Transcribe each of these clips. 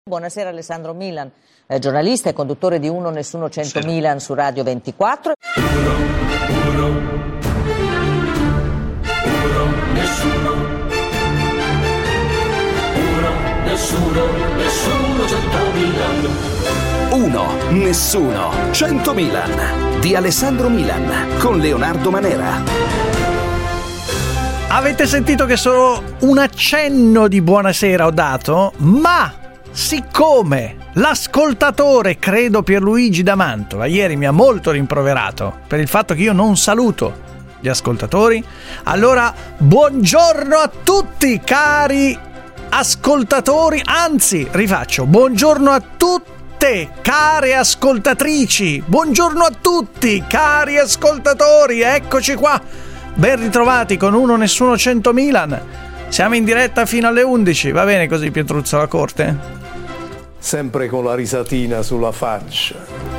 Buonasera Alessandro Milan, giornalista e conduttore di Uno Nessuno 100 sì. Milan su Radio 24. Uno, nessuno. Uno, nessuno 100 Milan. Uno, nessuno 100 Milan di Alessandro Milan con Leonardo Manera. Avete sentito che solo un accenno di buonasera ho dato, ma siccome l'ascoltatore, credo Pierluigi da Mantova, ieri mi ha molto rimproverato per il fatto che io non saluto gli ascoltatori, allora buongiorno a tutti cari ascoltatori, anzi rifaccio, buongiorno a tutte care ascoltatrici, buongiorno a tutti cari ascoltatori, eccoci qua, ben ritrovati con Uno Nessuno 100 Milan, siamo in diretta fino alle 11, va bene così Pietruzzo la corte? Sempre con la risatina sulla faccia.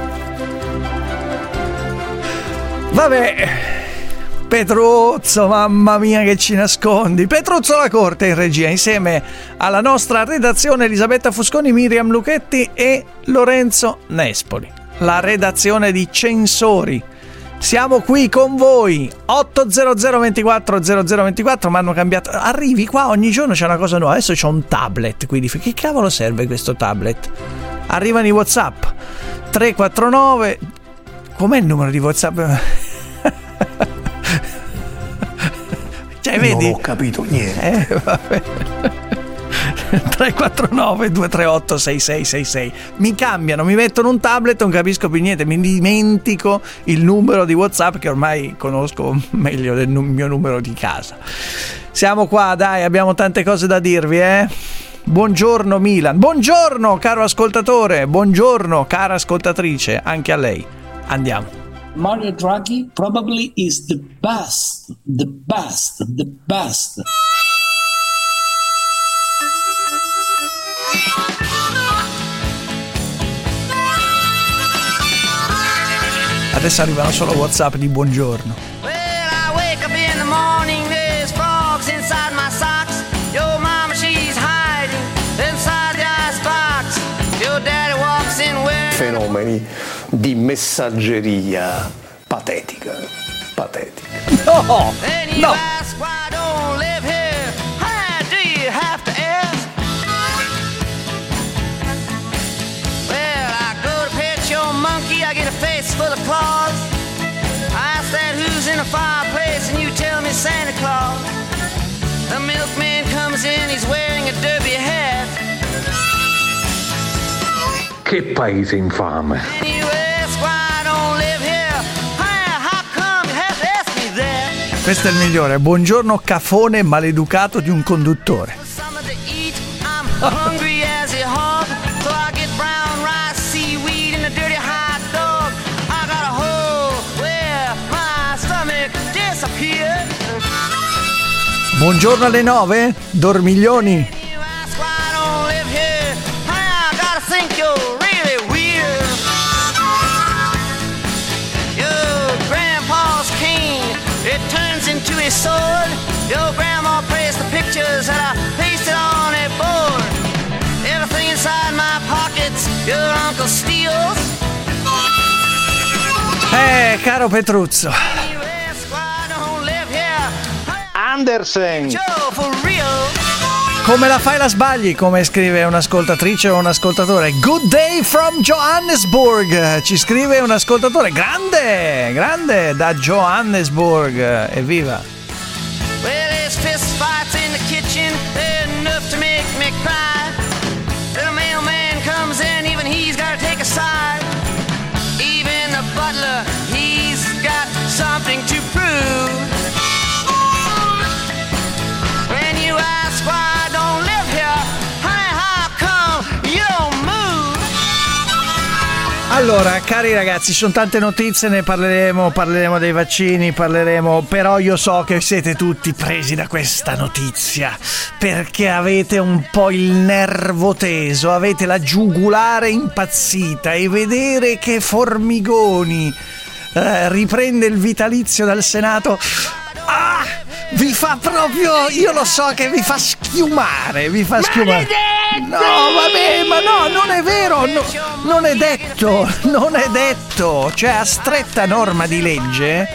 Vabbè, Petruzzo, mamma mia che ci nascondi. Petruzzo la corte in regia insieme alla nostra redazione Elisabetta Fusconi, Miriam Luchetti e Lorenzo Nespoli. La redazione di Censori. Siamo qui con voi 800 24 0024, mi hanno cambiato, arrivi qua ogni giorno c'è una cosa nuova, adesso c'ho un tablet, quindi che cavolo serve questo tablet? Arrivano i WhatsApp 349, com'è il numero di WhatsApp? Cioè vedi? Non ho capito niente. Vabbè. 349 238 6666 mi cambiano, mi mettono un tablet, non capisco più niente, mi dimentico il numero di WhatsApp che ormai conosco meglio del mio numero di casa. Siamo qua, dai, abbiamo tante cose da dirvi, Buongiorno Milan, buongiorno caro ascoltatore, buongiorno cara ascoltatrice, anche a lei. Andiamo. Mario Draghi probably is the best. Adesso arrivano solo WhatsApp di buongiorno. Well, I wake up in the morning, there's frogs inside my socks. Your mama, she's hiding inside the icebox. Your daddy walks in wearing... Fenomeni di messaggeria patetica. No! And you ask why I don't live here. How do you have to ask? Well, I go to pet your monkey, I get a face full of claws. I ask that who's in the fireplace and you tell me Santa Claus. The milkman comes in, he's wearing a derby hat. Che paese infame. And you ask why I don't live here. How come you have to ask me that? Questo è il migliore. Buongiorno cafone maleducato di un conduttore. I'm hungry as a hog, so I get brown rice, seaweed, and a dirty hot dog. I got a hole where my stomach disappeared. Buongiorno alle 9, dormiglioni. You ask why I don't live here. I gotta think you're really weird. Your grandpa's cane, it turns into a sword. Your grandma praised the pictures that I pasted on a board. Everything inside my pockets, your uncle steals. Caro Petruzzo. You ask why I don't live here. Andersen. Joe, for real. Come la fai la sbagli, come scrive un'ascoltatrice o un ascoltatore. Good day from Johannesburg, ci scrive un ascoltatore. Grande da Johannesburg, evviva. Well, there's fist fights in the kitchen, they're enough to make me cry. The mailman comes in, even he's gotta take a side. Even the butler, he's got something to prove. When you ask why I don't live here, honey, how come you don't move? Allora, cari ragazzi, ci sono tante notizie, ne parleremo dei vaccini, però io so che siete tutti presi da questa notizia, perché avete un po' il nervo teso, avete la giugulare impazzita e vedere che Formigoni riprende il vitalizio dal Senato. Vi fa proprio, io lo so che vi fa schiumare, Maledetto! No, vabbè, ma no, non è detto, cioè a stretta norma di legge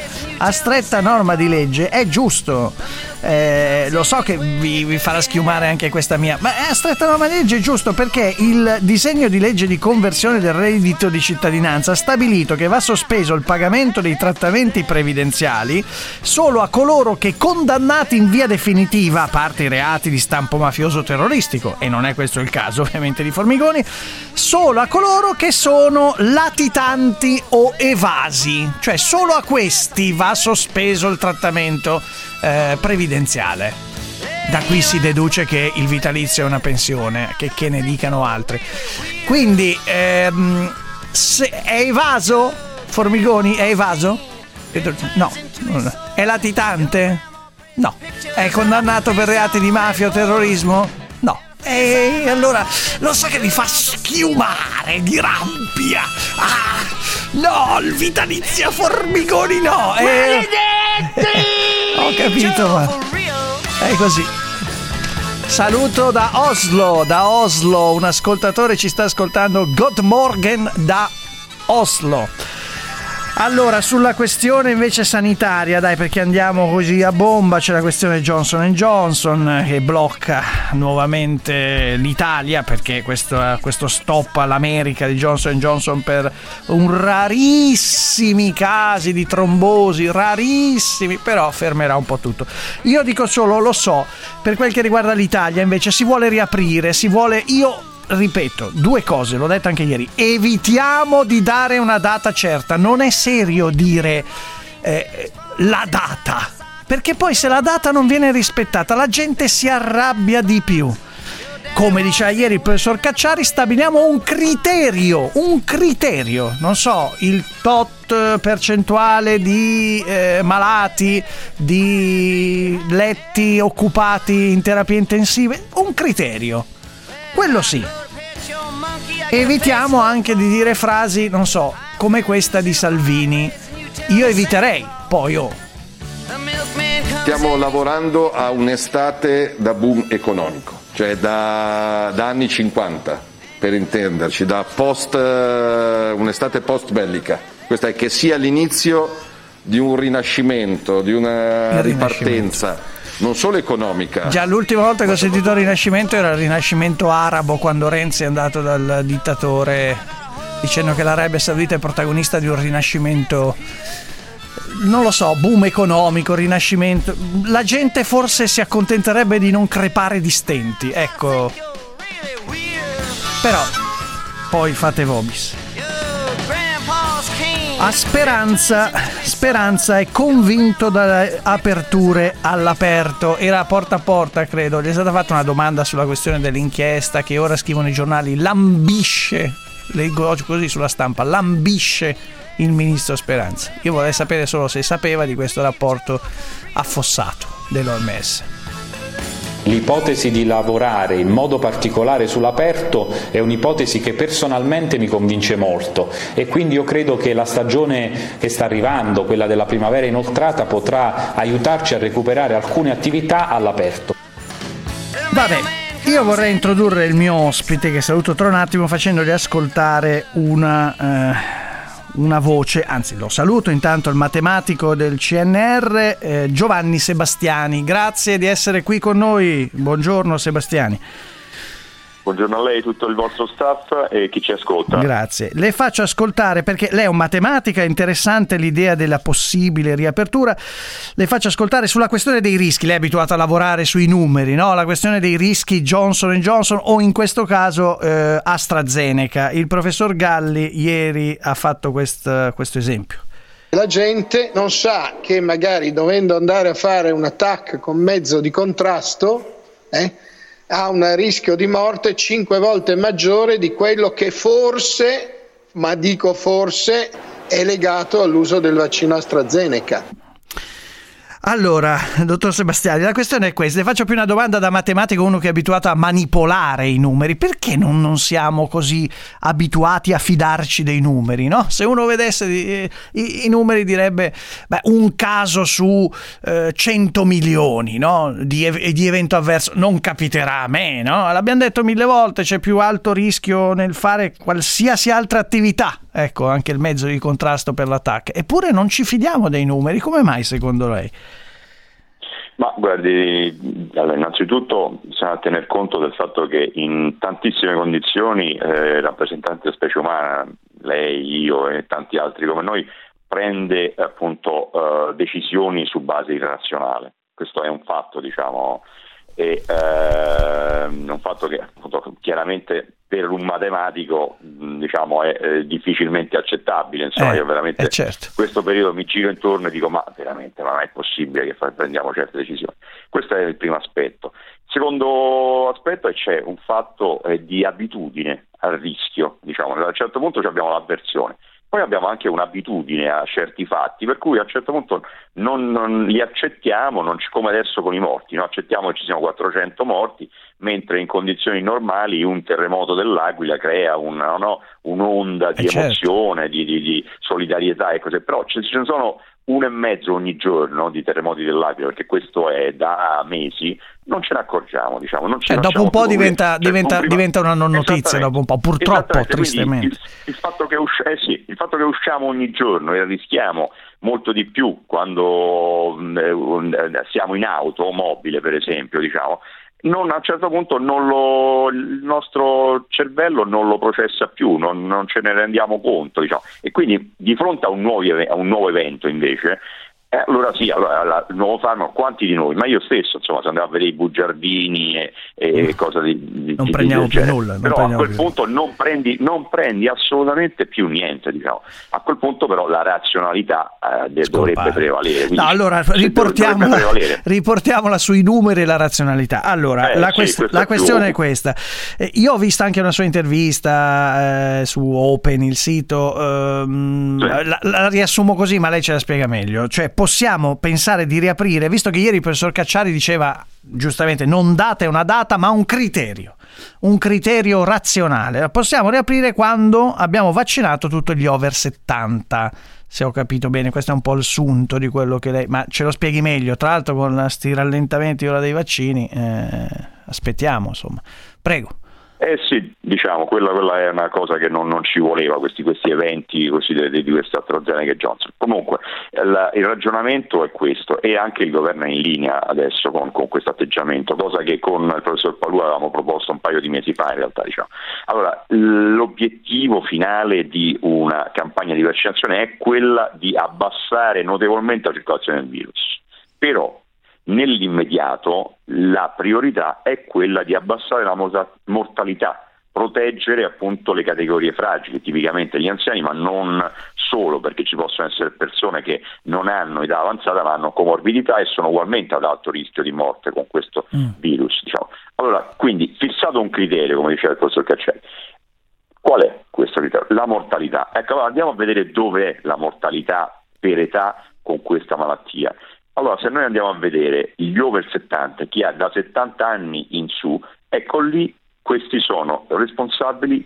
è giusto. Lo so che vi farà schiumare anche questa mia, ma a stretta norma di legge è giusto, perché il disegno di legge di conversione del reddito di cittadinanza ha stabilito che va sospeso il pagamento dei trattamenti previdenziali solo a coloro che, condannati in via definitiva, a parte i reati di stampo mafioso terroristico, e non è questo il caso ovviamente di Formigoni, solo a coloro che sono latitanti o evasi, cioè solo a questi va sospeso il trattamento previdenziale. Da qui si deduce che il vitalizio è una pensione, che ne dicano altri. Quindi se è evaso Formigoni? È evaso? No. È latitante? No. È condannato per reati di mafia o terrorismo? No. E allora lo so che mi fa schiumare di rabbia. No, il vitalizio a Formigoni no. Ho capito, ma è così. Saluto da Oslo, un ascoltatore ci sta ascoltando. Good morgen da Oslo. Allora, sulla questione invece sanitaria, dai, perché andiamo così a bomba, c'è la questione Johnson & Johnson che blocca nuovamente l'Italia, perché questo stop all'America di Johnson & Johnson per rarissimi casi di trombosi, rarissimi, però fermerà un po' tutto. Io dico solo, lo so, per quel che riguarda l'Italia invece si vuole riaprire, io ripeto, due cose, l'ho detto anche ieri: evitiamo di dare una data certa, non è serio dire la data, perché poi se la data non viene rispettata la gente si arrabbia di più. Come diceva ieri il professor Cacciari, stabiliamo un criterio, non so, il tot percentuale di malati, di letti occupati in terapie intensive, un criterio, quello sì. Evitiamo anche di dire frasi, non so, come questa di Salvini. Io eviterei, poi Stiamo lavorando a un'estate da boom economico, cioè da anni 50, per intenderci, da un'estate post bellica. Questa è che sia l'inizio di un rinascimento, di una ripartenza. Non solo economica. Già l'ultima volta che ho sentito il Rinascimento era il Rinascimento arabo, quando Renzi è andato dal dittatore dicendo che l'Arabia Saudita è protagonista di un rinascimento, non lo so, boom economico, rinascimento. La gente forse si accontenterebbe di non crepare di stenti, ecco. Però poi fate vobis. A Speranza è convinto dalle aperture all'aperto, era porta a porta, credo. Gli è stata fatta una domanda sulla questione dell'inchiesta che ora scrivono i giornali, lambisce, leggo così sulla stampa, lambisce il ministro Speranza. Io vorrei sapere solo se sapeva di questo rapporto affossato dell'OMS. L'ipotesi di lavorare in modo particolare sull'aperto è un'ipotesi che personalmente mi convince molto, e quindi io credo che la stagione che sta arrivando, quella della primavera inoltrata, potrà aiutarci a recuperare alcune attività all'aperto. Vabbè, io vorrei introdurre il mio ospite, che saluto tra un attimo, facendogli ascoltare una voce, anzi lo saluto intanto, il matematico del CNR, Giovanni Sebastiani. Grazie di essere qui con noi. Buongiorno Sebastiani. Buongiorno a lei, tutto il vostro staff e chi ci ascolta. Grazie. Le faccio ascoltare, perché lei è un matematica, interessante l'idea della possibile riapertura. Le faccio ascoltare sulla questione dei rischi. Lei è abituato a lavorare sui numeri, no? La questione dei rischi Johnson & Johnson, o in questo caso AstraZeneca. Il professor Galli ieri ha fatto questo esempio. La gente non sa che magari dovendo andare a fare un attacco con mezzo di contrasto ha un rischio di morte 5 volte maggiore di quello che forse, ma dico forse, è legato all'uso del vaccino AstraZeneca. Allora, dottor Sebastiani, la questione è questa. Le faccio più una domanda da matematico, uno che è abituato a manipolare i numeri. Perché non siamo così abituati a fidarci dei numeri, no? Se uno vedesse i numeri direbbe, un caso su 100 milioni, no? di evento avverso non capiterà a me, no? L'abbiamo detto 1000 volte, c'è più alto rischio nel fare qualsiasi altra attività. Ecco, anche il mezzo di contrasto per l'attacco. Eppure non ci fidiamo dei numeri. Come mai, secondo lei? Ma guardi, allora, innanzitutto bisogna tener conto del fatto che in tantissime condizioni rappresentanti della specie umana, lei, io e tanti altri come noi, prende appunto decisioni su base irrazionale. Questo è un fatto, diciamo, e un fatto che appunto, chiaramente per un matematico diciamo è difficilmente accettabile, insomma io veramente questo periodo mi giro intorno e dico ma è possibile che prendiamo certe decisioni. Questo è il primo aspetto. Il secondo aspetto è c'è un fatto di abitudine al rischio, diciamo, a un certo punto abbiamo l'avversione. Poi abbiamo anche un'abitudine a certi fatti, per cui a un certo punto non li accettiamo, come adesso con i morti, no? Accettiamo che ci siano 400 morti, mentre in condizioni normali un terremoto dell'Aquila crea un'onda di emozione, di solidarietà e cose, però ce ne sono 1,5 ogni giorno di terremoti dell'Aquila, perché questo è da mesi, non ce ne accorgiamo, diciamo. Dopo un po' diventa una non notizia, dopo un po', purtroppo, tristemente. Il fatto che usciamo ogni giorno e rischiamo molto di più quando siamo in auto mobile, per esempio, diciamo, a un certo punto il nostro cervello non lo processa più, non ce ne rendiamo conto, diciamo. E quindi di fronte a un nuovo evento invece, allora il nuovo farmaco, quanti di noi, ma io stesso, insomma, se andavo a vedere i bugiardini e cose di non prendiamo più nulla, però a quel punto non prendi assolutamente più niente, diciamo. A quel punto però la razionalità dovrebbe prevalere. No, allora riportiamola sui numeri e la razionalità. Allora la questione è questa. Io ho visto anche una sua intervista su Open, il sito, la riassumo così, ma lei ce la spiega meglio. Cioè, possiamo pensare di riaprire, visto che ieri il professor Cacciari diceva giustamente non date una data ma un criterio razionale, possiamo riaprire quando abbiamo vaccinato tutti gli over 70, se ho capito bene. Questo è un po' il sunto di quello che lei, ma ce lo spieghi meglio, tra l'altro con sti rallentamenti ora dei vaccini, aspettiamo, insomma, prego. Sì, diciamo, quella è una cosa che non ci voleva, questi eventi così di questa AstraZeneca e Johnson. Comunque il ragionamento è questo, e anche il governo è in linea adesso con questo atteggiamento, cosa che con il professor Palù avevamo proposto un paio di mesi fa in realtà, diciamo. Allora, l'obiettivo finale di una campagna di vaccinazione è quella di abbassare notevolmente la circolazione del virus, però nell'immediato la priorità è quella di abbassare la mortalità, proteggere appunto le categorie fragili, tipicamente gli anziani, ma non solo, perché ci possono essere persone che non hanno età avanzata ma hanno comorbidità e sono ugualmente ad alto rischio di morte con questo virus, diciamo. Allora, quindi fissato un criterio, come diceva il professor Cacciari, qual è questo criterio? La mortalità. Ecco, allora andiamo a vedere dove è la mortalità per età con questa malattia. Allora, se noi andiamo a vedere gli over 70, chi ha da 70 anni in su, ecco lì questi sono responsabili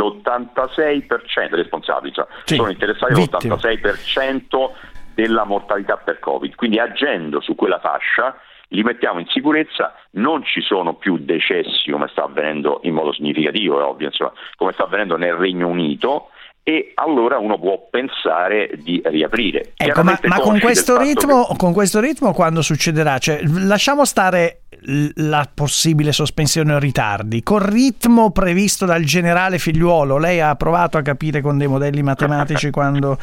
dell'86%, sono interessati all'86% della mortalità per Covid. Quindi agendo su quella fascia li mettiamo in sicurezza, non ci sono più decessi come sta avvenendo in modo significativo, è ovvio, insomma, come sta avvenendo nel Regno Unito, e allora uno può pensare di riaprire. Ecco, ma con questo ritmo quando succederà? Cioè, lasciamo stare la possibile sospensione o ritardi. Col ritmo previsto dal generale Figliuolo, lei ha provato a capire con dei modelli matematici quando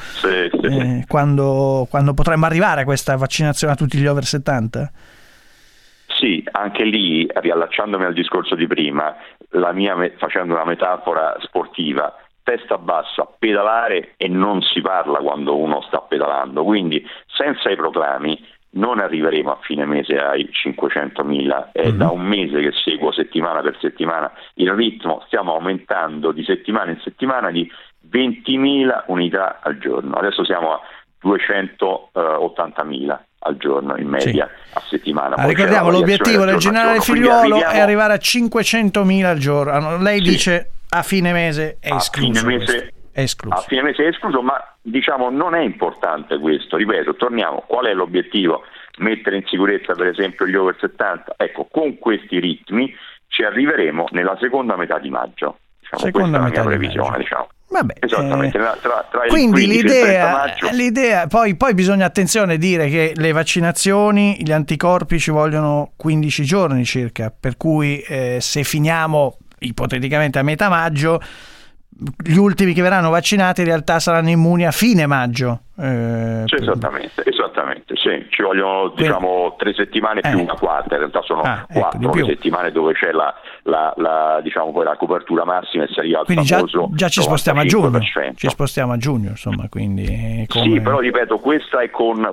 potremmo arrivare a questa vaccinazione a tutti gli over 70? Sì, anche lì, riallacciandomi al discorso di prima, facendo una metafora sportiva, testa bassa, pedalare, e non si parla quando uno sta pedalando, quindi senza i proclami non arriveremo a fine mese ai 500.000, è da un mese che seguo settimana per settimana il ritmo, stiamo aumentando di settimana in settimana di 20.000 unità al giorno, adesso siamo a 280.000, al giorno in media a settimana. Ricordiamo l'obiettivo del generale Figliuolo è arrivare a 500.000 al giorno. Lei dice a fine mese è escluso. A fine mese è escluso, ma diciamo non è importante questo. Ripeto, torniamo, qual è l'obiettivo? Mettere in sicurezza per esempio gli over 70. Ecco, con questi ritmi ci arriveremo nella seconda metà di maggio. Seconda metà di previsione, diciamo. Vabbè, esattamente, tra quindi il 15 e il 30 maggio. l'idea poi bisogna attenzione dire che le vaccinazioni, gli anticorpi ci vogliono 15 giorni circa, per cui se finiamo ipoteticamente a metà maggio, gli ultimi che verranno vaccinati in realtà saranno immuni a fine maggio. Esattamente, sì, ci vogliono diciamo 3 settimane più una quarta, in realtà sono 4 le settimane dove c'è la diciamo poi la copertura massima e si arriva al quindi famoso già ci spostiamo a giugno, insomma, quindi sì, però ripeto, questo è con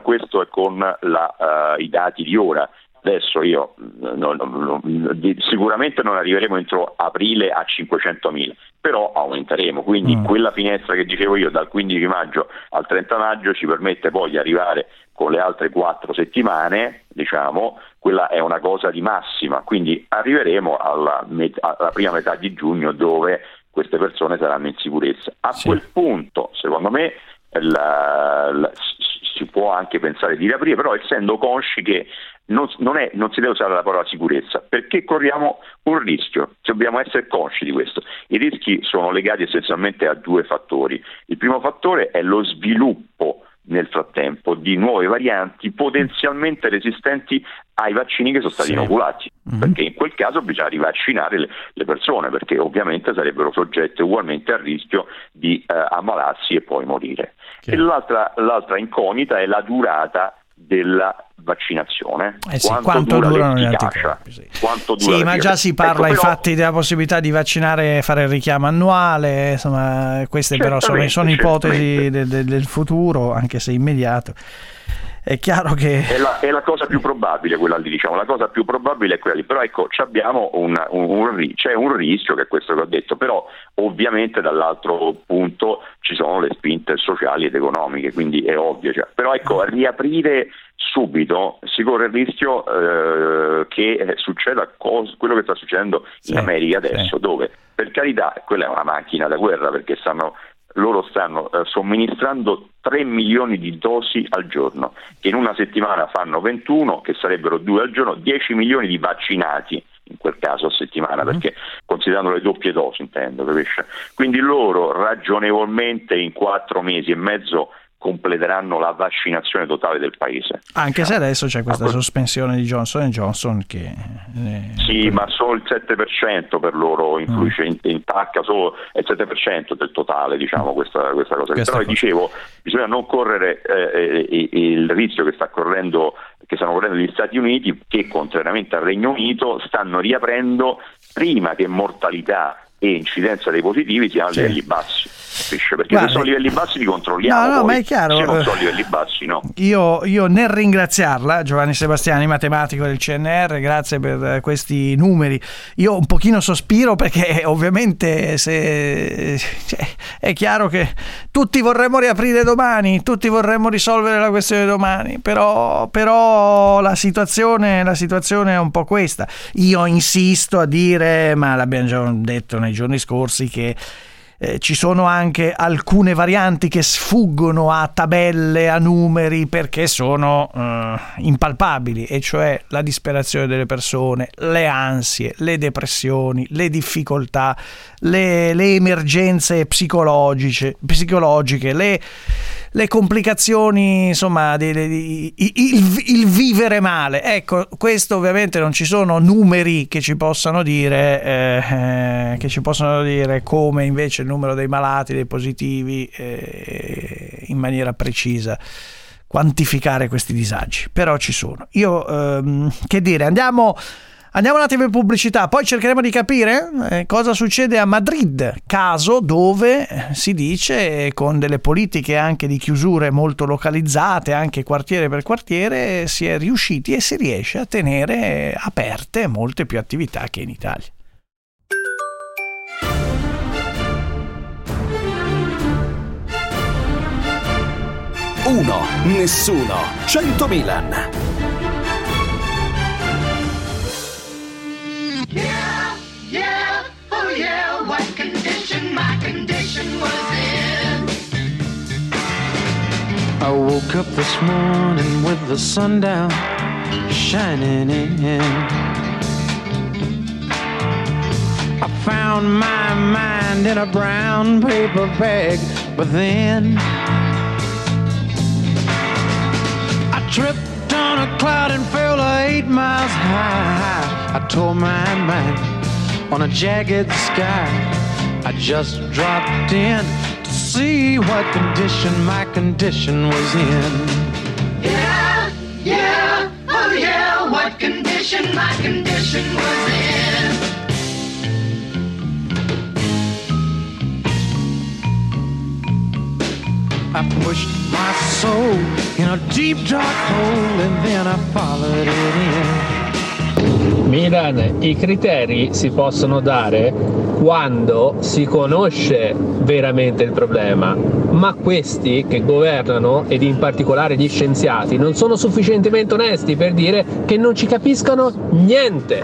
i dati di ora. Adesso io sicuramente non arriveremo entro aprile a 500.000, però aumenteremo, quindi quella finestra che dicevo io dal 15 maggio al 30 maggio ci permette poi di arrivare con le altre 4 settimane, diciamo, quella è una cosa di massima, quindi arriveremo alla prima metà di giugno dove queste persone saranno in sicurezza. A quel punto, secondo me, si può anche pensare di riaprire, però essendo consci che non si deve usare la parola sicurezza, perché corriamo un rischio, dobbiamo essere consci di questo. I rischi sono legati essenzialmente a 2 fattori. Il primo fattore è lo sviluppo nel frattempo di nuove varianti potenzialmente resistenti ai vaccini che sono stati inoculati, perché in quel caso bisogna rivaccinare le persone, perché ovviamente sarebbero soggette ugualmente al rischio di ammalarsi e poi morire. E l'altra incognita è la durata della vaccinazione, quanto durano gli anticorpi, ma già si parla infatti della possibilità di vaccinare, fare il richiamo annuale, insomma queste però sono ipotesi del futuro, anche se immediato. È chiaro che è la cosa più probabile, quella lì, diciamo, la cosa più probabile è quella lì, però ecco, abbiamo c'è un rischio, che è questo che ho detto, però ovviamente dall'altro punto ci sono le spinte sociali ed economiche, quindi è ovvio, però ecco, a riaprire subito si corre il rischio che succeda quello che sta succedendo in America adesso, dove per carità quella è una macchina da guerra, perché loro stanno somministrando 3 milioni di dosi al giorno, che in una settimana fanno 21, che sarebbero 2 al giorno, 10 milioni di vaccinati in quel caso a settimana, perché considerando le doppie dosi, intendo, capisce? Quindi loro ragionevolmente in 4 mesi e mezzo completeranno la vaccinazione totale del paese. Anche se adesso c'è questa sospensione di Johnson & Johnson che sì, ma solo il 7% per loro influisce, intacca solo il 7% del totale, diciamo, questa cosa. Però dicevo, bisogna non correre il rischio che stanno correndo gli Stati Uniti, che contrariamente al Regno Unito stanno riaprendo prima che mortalità e incidenza dei positivi siano a livelli bassi, perché se sono livelli bassi li controlliamo, no, ma è chiaro, se non sono livelli bassi no. Io nel ringraziarla, Giovanni Sebastiani, matematico del CNR, grazie per questi numeri, io un pochino sospiro, perché ovviamente è chiaro che tutti vorremmo riaprire domani, tutti vorremmo risolvere la questione domani, però la situazione è un po' questa. Io insisto a dire, ma l'abbiamo già detto nei giorni scorsi, che ci sono anche alcune varianti che sfuggono a tabelle, a numeri, perché sono impalpabili, e cioè la disperazione delle persone, le ansie, le depressioni, le difficoltà, le emergenze psicologiche, le complicazioni, insomma, il vivere male. Ecco, questo ovviamente non ci sono numeri che ci possano dire come invece il numero dei malati, dei positivi, in maniera precisa quantificare questi disagi, però ci sono. Io che dire, andiamo un attimo in pubblicità, poi cercheremo di capire cosa succede a Madrid, caso dove si dice, con delle politiche anche di chiusure molto localizzate, anche quartiere per quartiere, si è riusciti e si riesce a tenere aperte molte più attività che in Italia. 1, nessuno, 100 Milan. Yeah, oh yeah, what condition my condition was in. I woke up this morning with the sun down shining in. I found my mind in a brown paper bag, but then I tripped on a cloud and fell 8 miles high. I tore my mind on a jagged sky. I just dropped in to see what condition my condition was in. Yeah, yeah, oh yeah, what condition my condition was in. I pushed my soul in a deep dark hole and then I followed it in. Milan, i criteri si possono dare quando si conosce veramente il problema, ma questi che governano, ed in particolare gli scienziati, non sono sufficientemente onesti per dire che non ci capiscono niente.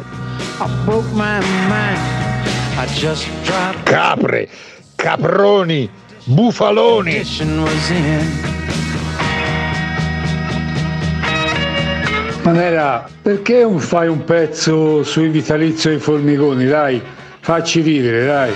Capre, caproni, bufaloni. Manera, perché non fai un pezzo sui vitalizio dei formigoni, dai? Facci ridere, dai.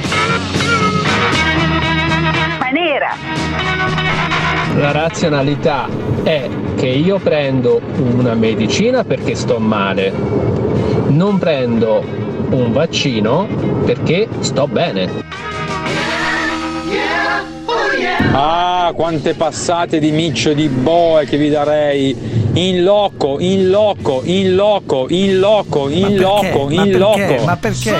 Manera. La razionalità è che io prendo una medicina perché sto male, non prendo un vaccino perché sto bene. Ah, quante passate di miccio di boe che vi darei. In loco. Ma perché?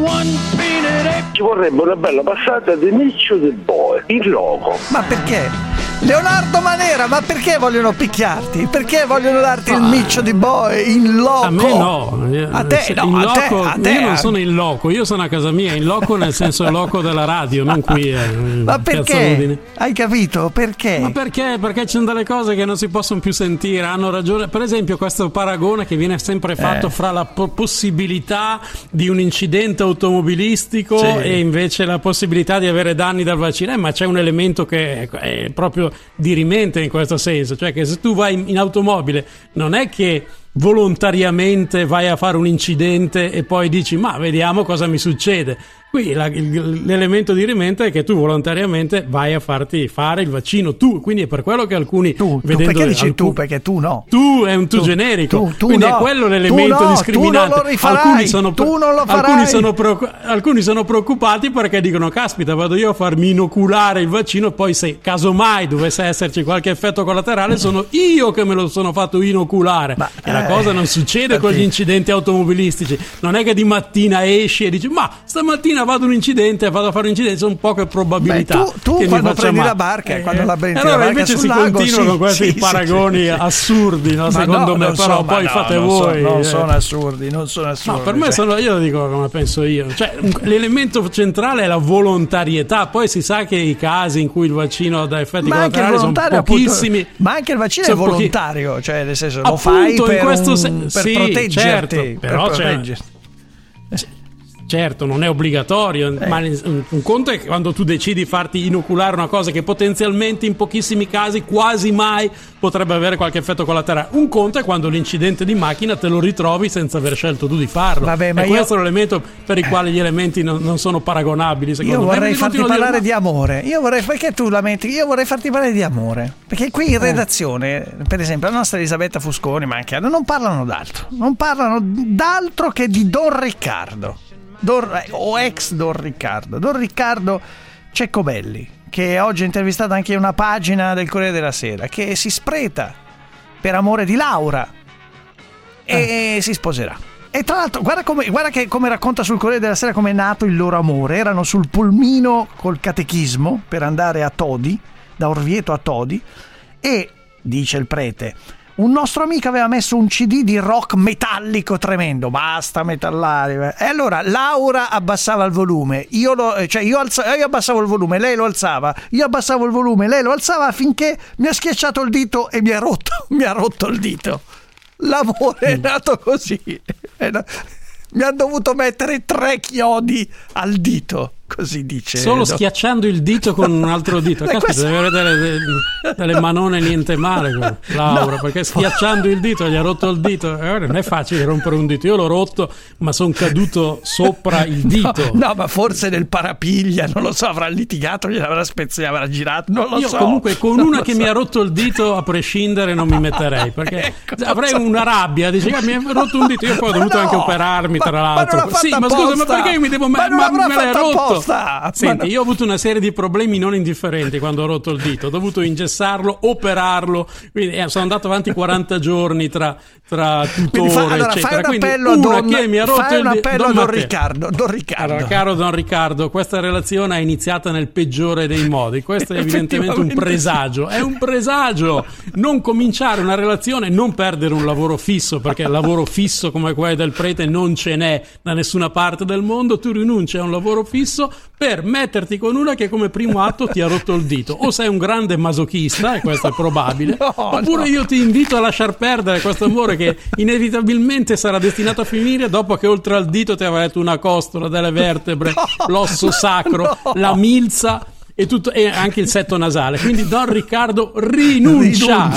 Ci vorrebbe una bella passata di miccio di boe, in loco. Ma perché? Leonardo Manera, ma perché vogliono picchiarti? Perché vogliono darti il miccio di boe in loco? A me no. A te no, in a loco, te. Io non sono in loco, io sono a casa mia, in loco nel senso loco della radio, non qui. Ma perché? Hai capito? Perché? Ma perché? Perché ci sono delle cose che non si possono più sentire, hanno ragione. Per esempio questo paragone che viene sempre fatto fra la possibilità di un incidente automobilistico e invece la possibilità di avere danni dal vaccino, ma c'è un elemento che è proprio dirimente in questo senso, cioè che se tu vai in automobile non è che volontariamente vai a fare un incidente e poi dici ma vediamo cosa mi succede. Qui l'elemento di rimente è che tu volontariamente vai a farti fare il vaccino tu, quindi è per quello che alcuni perché dici tu? Perché tu no. Tu è un tu generico, tu quindi no. è quello l'elemento discriminante. Tu non lo rifarai, tu non lo farai. Alcuni sono preoccupati perché dicono caspita, vado io a farmi inoculare il vaccino, poi se casomai dovesse esserci qualche effetto collaterale sono io che me lo sono fatto inoculare. E la cosa non succede con gli incidenti automobilistici, non è che di mattina esci e dici ma stamattina vado a fare un incidente, sono poche probabilità. Tu che quando mi prendi male. la barca, quando la prendi allora la barca invece sul si lago, continua con questi paragoni assurdi, no? Secondo me, però poi fate voi. Non sono assurdi, non sono assurdi. No, per me io lo dico come penso io. Cioè, l'elemento centrale è la volontarietà. Poi si sa che i casi in cui il vaccino dà effetti collaterali sono pochissimi. Appunto, ma anche il vaccino è volontario, cioè nel senso lo appunto, fai per sì, proteggerti. Certo, però per proteggerti. Certo, non è obbligatorio, ma un conto è quando tu decidi di farti inoculare una cosa che potenzialmente in pochissimi casi, quasi mai, potrebbe avere qualche effetto collaterale. Un conto è quando l'incidente di macchina te lo ritrovi senza aver scelto tu di farlo. Vabbè, ma questo è l'elemento per il quale gli elementi non sono paragonabili, secondo me. Io vorrei farti parlare di amore. Perché tu lamenti? Io vorrei farti parlare di amore. Perché qui in redazione, per esempio, la nostra Elisabetta Fusconi, ma anche non parlano d'altro. Non parlano d'altro che di Don Riccardo. O ex Don Riccardo Ceccobelli, che oggi è intervistato anche in una pagina del Corriere della Sera, che si spreta per amore di Laura e si sposerà. E tra l'altro guarda come racconta sul Corriere della Sera come è nato il loro amore. Erano sul pulmino col catechismo per andare a Todi, da Orvieto a Todi, e dice il prete: un nostro amico aveva messo un CD di rock metallico tremendo, basta metallare, e allora Laura abbassava il volume, io abbassavo il volume, lei lo alzava, io abbassavo il volume, lei lo alzava, finché mi ha schiacciato il dito e mi ha rotto il dito. L'amore è nato così. Mi ha dovuto mettere 3 chiodi al dito, così dice. Solo schiacciando il dito con un altro dito. Caspita, deve avere delle manone niente male, Laura, perché schiacciando il dito gli ha rotto il dito. Non è facile rompere un dito. Io l'ho rotto, ma sono caduto sopra il dito. No, ma forse nel parapiglia, non lo so, avrà litigato, gliel'avrà spezzato, avrà girato, non lo so. Io comunque con una che mi ha rotto il dito, a prescindere, non mi metterei, perché avrei una rabbia. Dice che mi ha rotto un dito, io poi ho dovuto anche operarmi, tra l'altro. Sì, ma scusa, ma perché mi devo me l'hai rotto? Senti, io ho avuto una serie di problemi non indifferenti quando ho rotto il dito. Ho dovuto ingessarlo, operarlo, quindi sono andato avanti 40 giorni tra tutore, eccetera. Fai un appello a Don Riccardo. Allora, caro Don Riccardo, questa relazione è iniziata nel peggiore dei modi. Questo è evidentemente un presagio. È un presagio. Non cominciare una relazione, non perdere un lavoro fisso, perché il lavoro fisso come quello del prete non ce n'è da nessuna parte del mondo. Tu rinunci a un lavoro fisso per metterti con una che come primo atto ti ha rotto il dito. O sei un grande masochista, e questo è probabile, oppure io ti invito a lasciar perdere questo amore che inevitabilmente sarà destinato a finire dopo che oltre al dito ti avrà detto una costola, delle vertebre, l'osso sacro, la milza e tutto, e anche il setto nasale. Quindi Don Riccardo rinuncia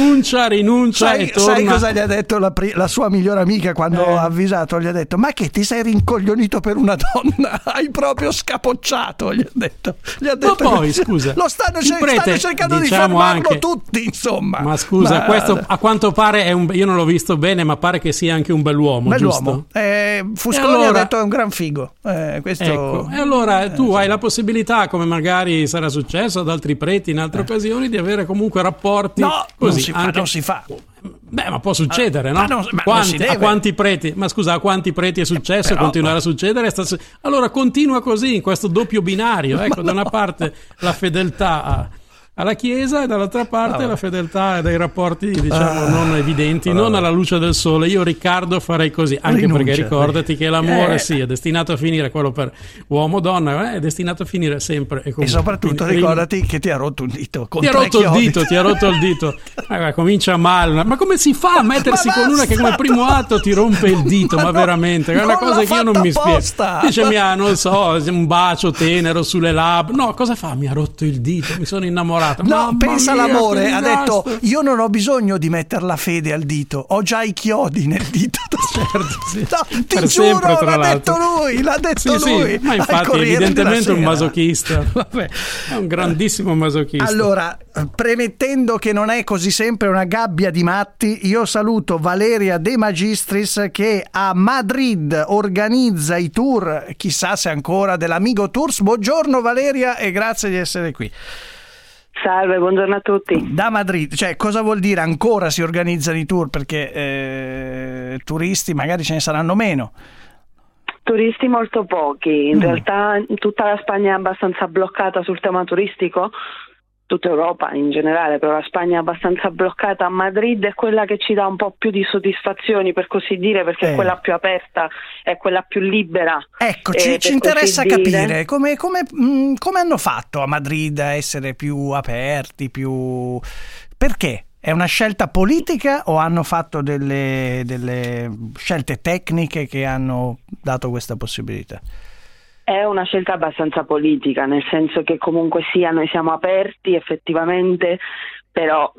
e torna. Sai cosa gli ha detto la sua migliore amica quando ha avvisato? Gli ha detto: ma che ti sei rincoglionito per una donna? Hai proprio scapocciato, gli ha detto. Ma poi scusa, lo stanno cercando di fermarlo tutti, insomma. Ma scusa, questo a quanto pare io non l'ho visto bene, ma pare che sia anche un bell'uomo, giusto? Fusconi ha detto è un gran figo. Questo... Ecco. E allora tu hai la possibilità, come magari sarà successo ad altri preti in altre occasioni, di avere comunque rapporti così. Non si fa. Beh, ma può succedere, no? A quanti preti? Ma scusa, a quanti preti è successo e continuerà a succedere? Allora continua così, in questo doppio binario. Ecco, da una parte la fedeltà alla Chiesa e dall'altra parte la fedeltà dei rapporti, diciamo, non evidenti, non alla luce del sole. Io, Riccardo, farei così, anche perché ricordati che l'amore è destinato a finire, quello per uomo-donna è destinato a finire sempre e comunque. E soprattutto ricordati che ti ha rotto un dito. Ti ha rotto il dito. Comincia male. Ma come si fa a mettersi con una che come primo atto ti rompe il dito? Ma veramente, è una cosa che io non mi spiego. Dice non so, un bacio tenero sulle labbra. No, cosa fa? Mi ha rotto il dito, mi sono innamorato. No, pensa all'amore, ha detto: io non ho bisogno di mettere la fede al dito, ho già i chiodi nel dito. Certo, sì. No, ti giuro, l'ha detto lui. Sì, ma infatti evidentemente è un masochista. Vabbè, è un grandissimo masochista. Allora, premettendo che non è così sempre una gabbia di matti, io saluto Valeria De Magistris, che a Madrid organizza i tour, chissà se ancora, dell'Amigo Tours. Buongiorno Valeria e grazie di essere qui. Salve, buongiorno a tutti. Da Madrid, cioè cosa vuol dire ancora si organizzano i tour? Perché turisti magari ce ne saranno meno. Turisti molto pochi, in realtà tutta la Spagna è abbastanza bloccata sul tema turistico, tutta Europa in generale, però la Spagna è abbastanza bloccata. Madrid è quella che ci dà un po' più di soddisfazioni, per così dire, perché è quella più aperta, è quella più libera. Ecco, ci interessa capire come hanno fatto a Madrid a essere più aperti, perché? È una scelta politica o hanno fatto delle scelte tecniche che hanno dato questa possibilità? È una scelta abbastanza politica, nel senso che comunque sia noi siamo aperti effettivamente, però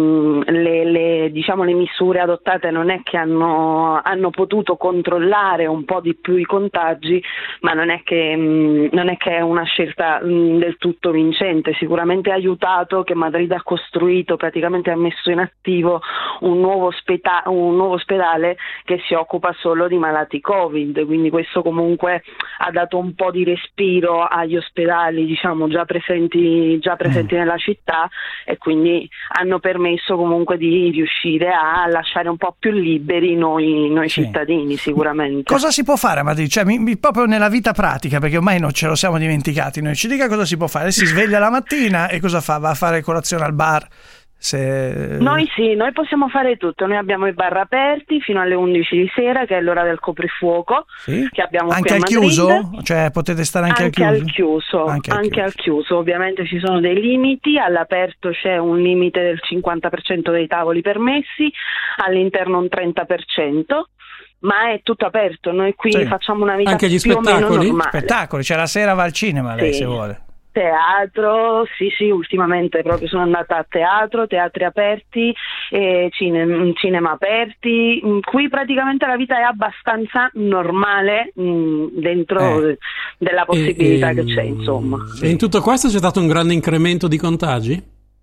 le misure adottate non è che hanno potuto controllare un po' di più i contagi, ma non è che è una scelta del tutto vincente. Sicuramente ha aiutato che Madrid ha costruito, praticamente ha messo in attivo un nuovo ospedale che si occupa solo di malati Covid, quindi questo comunque ha dato un po' di respiro agli ospedali, diciamo, già presenti nella città, e quindi hanno permesso comunque di riuscire a lasciare un po' più liberi noi cittadini, sicuramente. Cosa si può fare a Madrid? Cioè, proprio nella vita pratica, perché ormai non ce lo siamo dimenticati noi. Ci dica cosa si può fare? Si sveglia la mattina e cosa fa? Va a fare colazione al bar? Noi possiamo fare tutto, noi abbiamo i bar aperti fino alle 11 di sera, che è l'ora del coprifuoco, che abbiamo anche qui a al Madrid. chiuso? Cioè potete stare anche al chiuso? Anche al chiuso, ovviamente ci sono dei limiti, all'aperto c'è un limite del 50% dei tavoli permessi, all'interno un 30%. Ma è tutto aperto, noi qui facciamo una vita anche gli più o meno normale. Spettacoli, cioè la sera va al cinema lei se vuole. Teatro, sì, ultimamente proprio sono andata a teatri aperti, cinema aperti. Qui praticamente la vita è abbastanza normale dentro della possibilità che c'è, insomma. E in tutto questo c'è stato un grande incremento di contagi?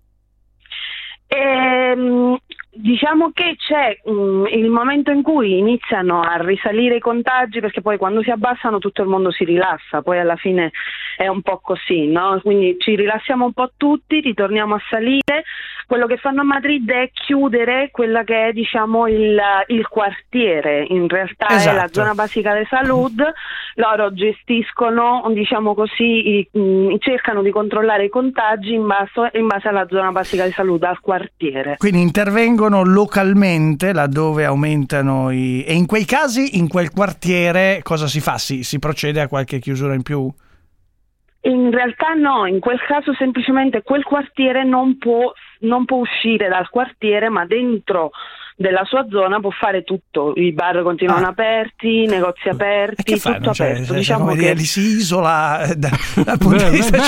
Diciamo che c'è il momento in cui iniziano a risalire i contagi, perché poi quando si abbassano tutto il mondo si rilassa, poi alla fine è un po' così, no? Quindi ci rilassiamo un po' tutti, ritorniamo a salire. Quello che fanno a Madrid è chiudere quella che è, diciamo, il quartiere, in realtà è la zona basica de salud. Loro gestiscono, diciamo così, cercano di controllare i contagi in base alla zona basica di salud, al quartiere. Quindi intervengono localmente laddove aumentano e in quei casi, in quel quartiere, cosa si fa? Si procede a qualche chiusura in più? In realtà no, in quel caso semplicemente quel quartiere non può uscire dal quartiere, ma dentro della sua zona può fare tutto, i bar continuano aperti, i negozi aperti, tutto aperto. Cioè, diciamo che li si isola dal punto di vista,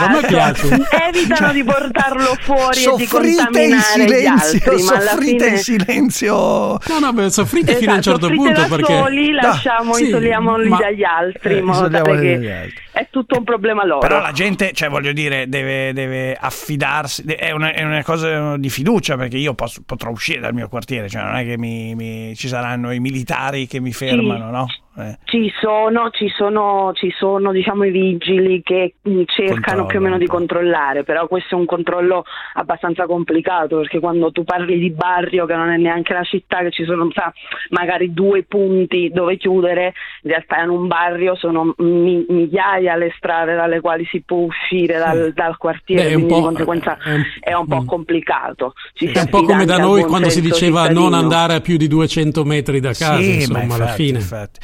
evitano di portarlo fuori e di contaminare gli altri, ma alla fine in silenzio. Soffrite fino a un certo punto, perché soli isoliamoli dagli altri, in modo tale che è tutto un problema loro. Però la gente, cioè voglio dire, deve affidarsi, è una cosa di fiducia, perché io potrò uscire dal mio quartiere, cioè non è che ci saranno i militari che mi fermano, no? Ci sono diciamo i vigili che cercano più o meno di controllare, però questo è un controllo abbastanza complicato, perché quando tu parli di barrio, che non è neanche la città, che ci sono magari 2 punti dove chiudere, in realtà in un barrio sono migliaia le strade dalle quali si può uscire dal quartiere, quindi di conseguenza è un po' complicato. È un po' come da noi quando si diceva non andare a più di 200 metri da casa, insomma, alla fine.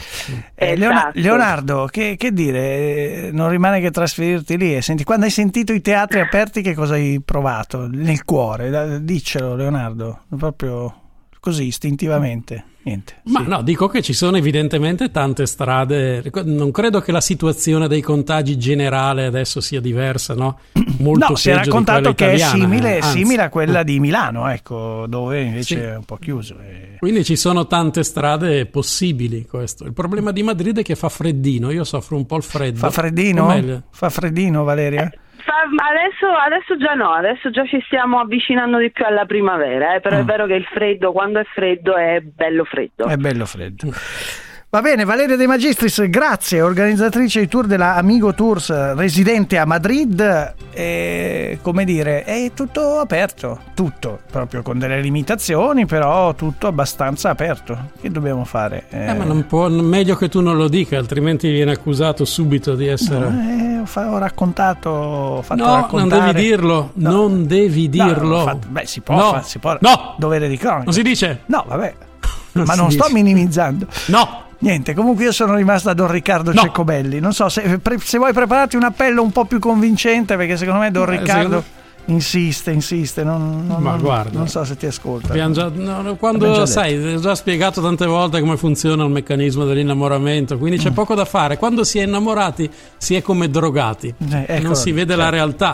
Leonardo, che dire, non rimane che trasferirti lì. E senti, quando hai sentito i teatri aperti, che cosa hai provato nel cuore? Diccelo, Leonardo, proprio così istintivamente. Niente. Ma no, dico che ci sono evidentemente tante strade. Non credo che la situazione dei contagi generale adesso sia diversa, no? Molto si è raccontato che italiana, è simile a quella di Milano, ecco, dove invece è un po' chiuso. Quindi ci sono tante strade possibili, questo. Il problema di Madrid è che fa freddino, io soffro un po' il freddo. Fa freddino? Fa freddino, Valeria? Adesso già no, adesso già ci stiamo avvicinando di più alla primavera, però è vero che il freddo, quando è freddo, è bello freddo. È bello freddo. Va bene, Valeria De Magistris, grazie, organizzatrice di tour della Amigo Tours, residente a Madrid, come dire, è tutto aperto, tutto, proprio con delle limitazioni, però tutto abbastanza aperto. Che dobbiamo fare? Ma non può, meglio che tu non lo dica, altrimenti viene accusato subito di essere... ho raccontato, ho fatto no, raccontare. Non devi dirlo, non devi dirlo. Si può, si può. No, dovere di cronaca. Non si dice. No, vabbè, ma non sto minimizzando. No. Niente, comunque io sono rimasto a Don Riccardo Ceccobelli. Non so se vuoi prepararti un appello un po' più convincente, perché secondo me Don Riccardo insiste. Ma guarda, non so se ti ascolta. Quando hai già spiegato tante volte come funziona il meccanismo dell'innamoramento, quindi c'è poco da fare. Quando si è innamorati si è come drogati, non si vede la realtà,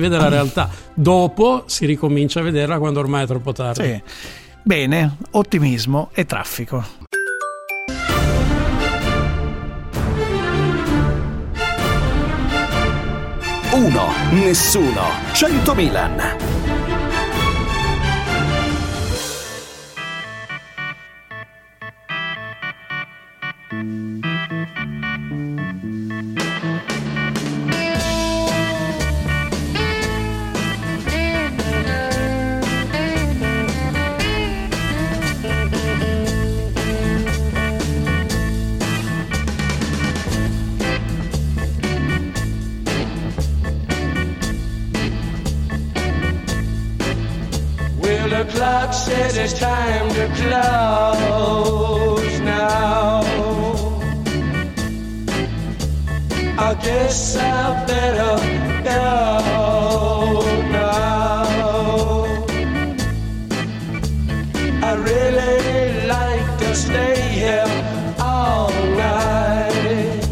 Dopo si ricomincia a vederla quando ormai è troppo tardi. Sì. Bene, ottimismo e traffico. 1, nessuno, 100 Milan. The clock says it's time to close now. I guess I better go now. I really like to stay here all night.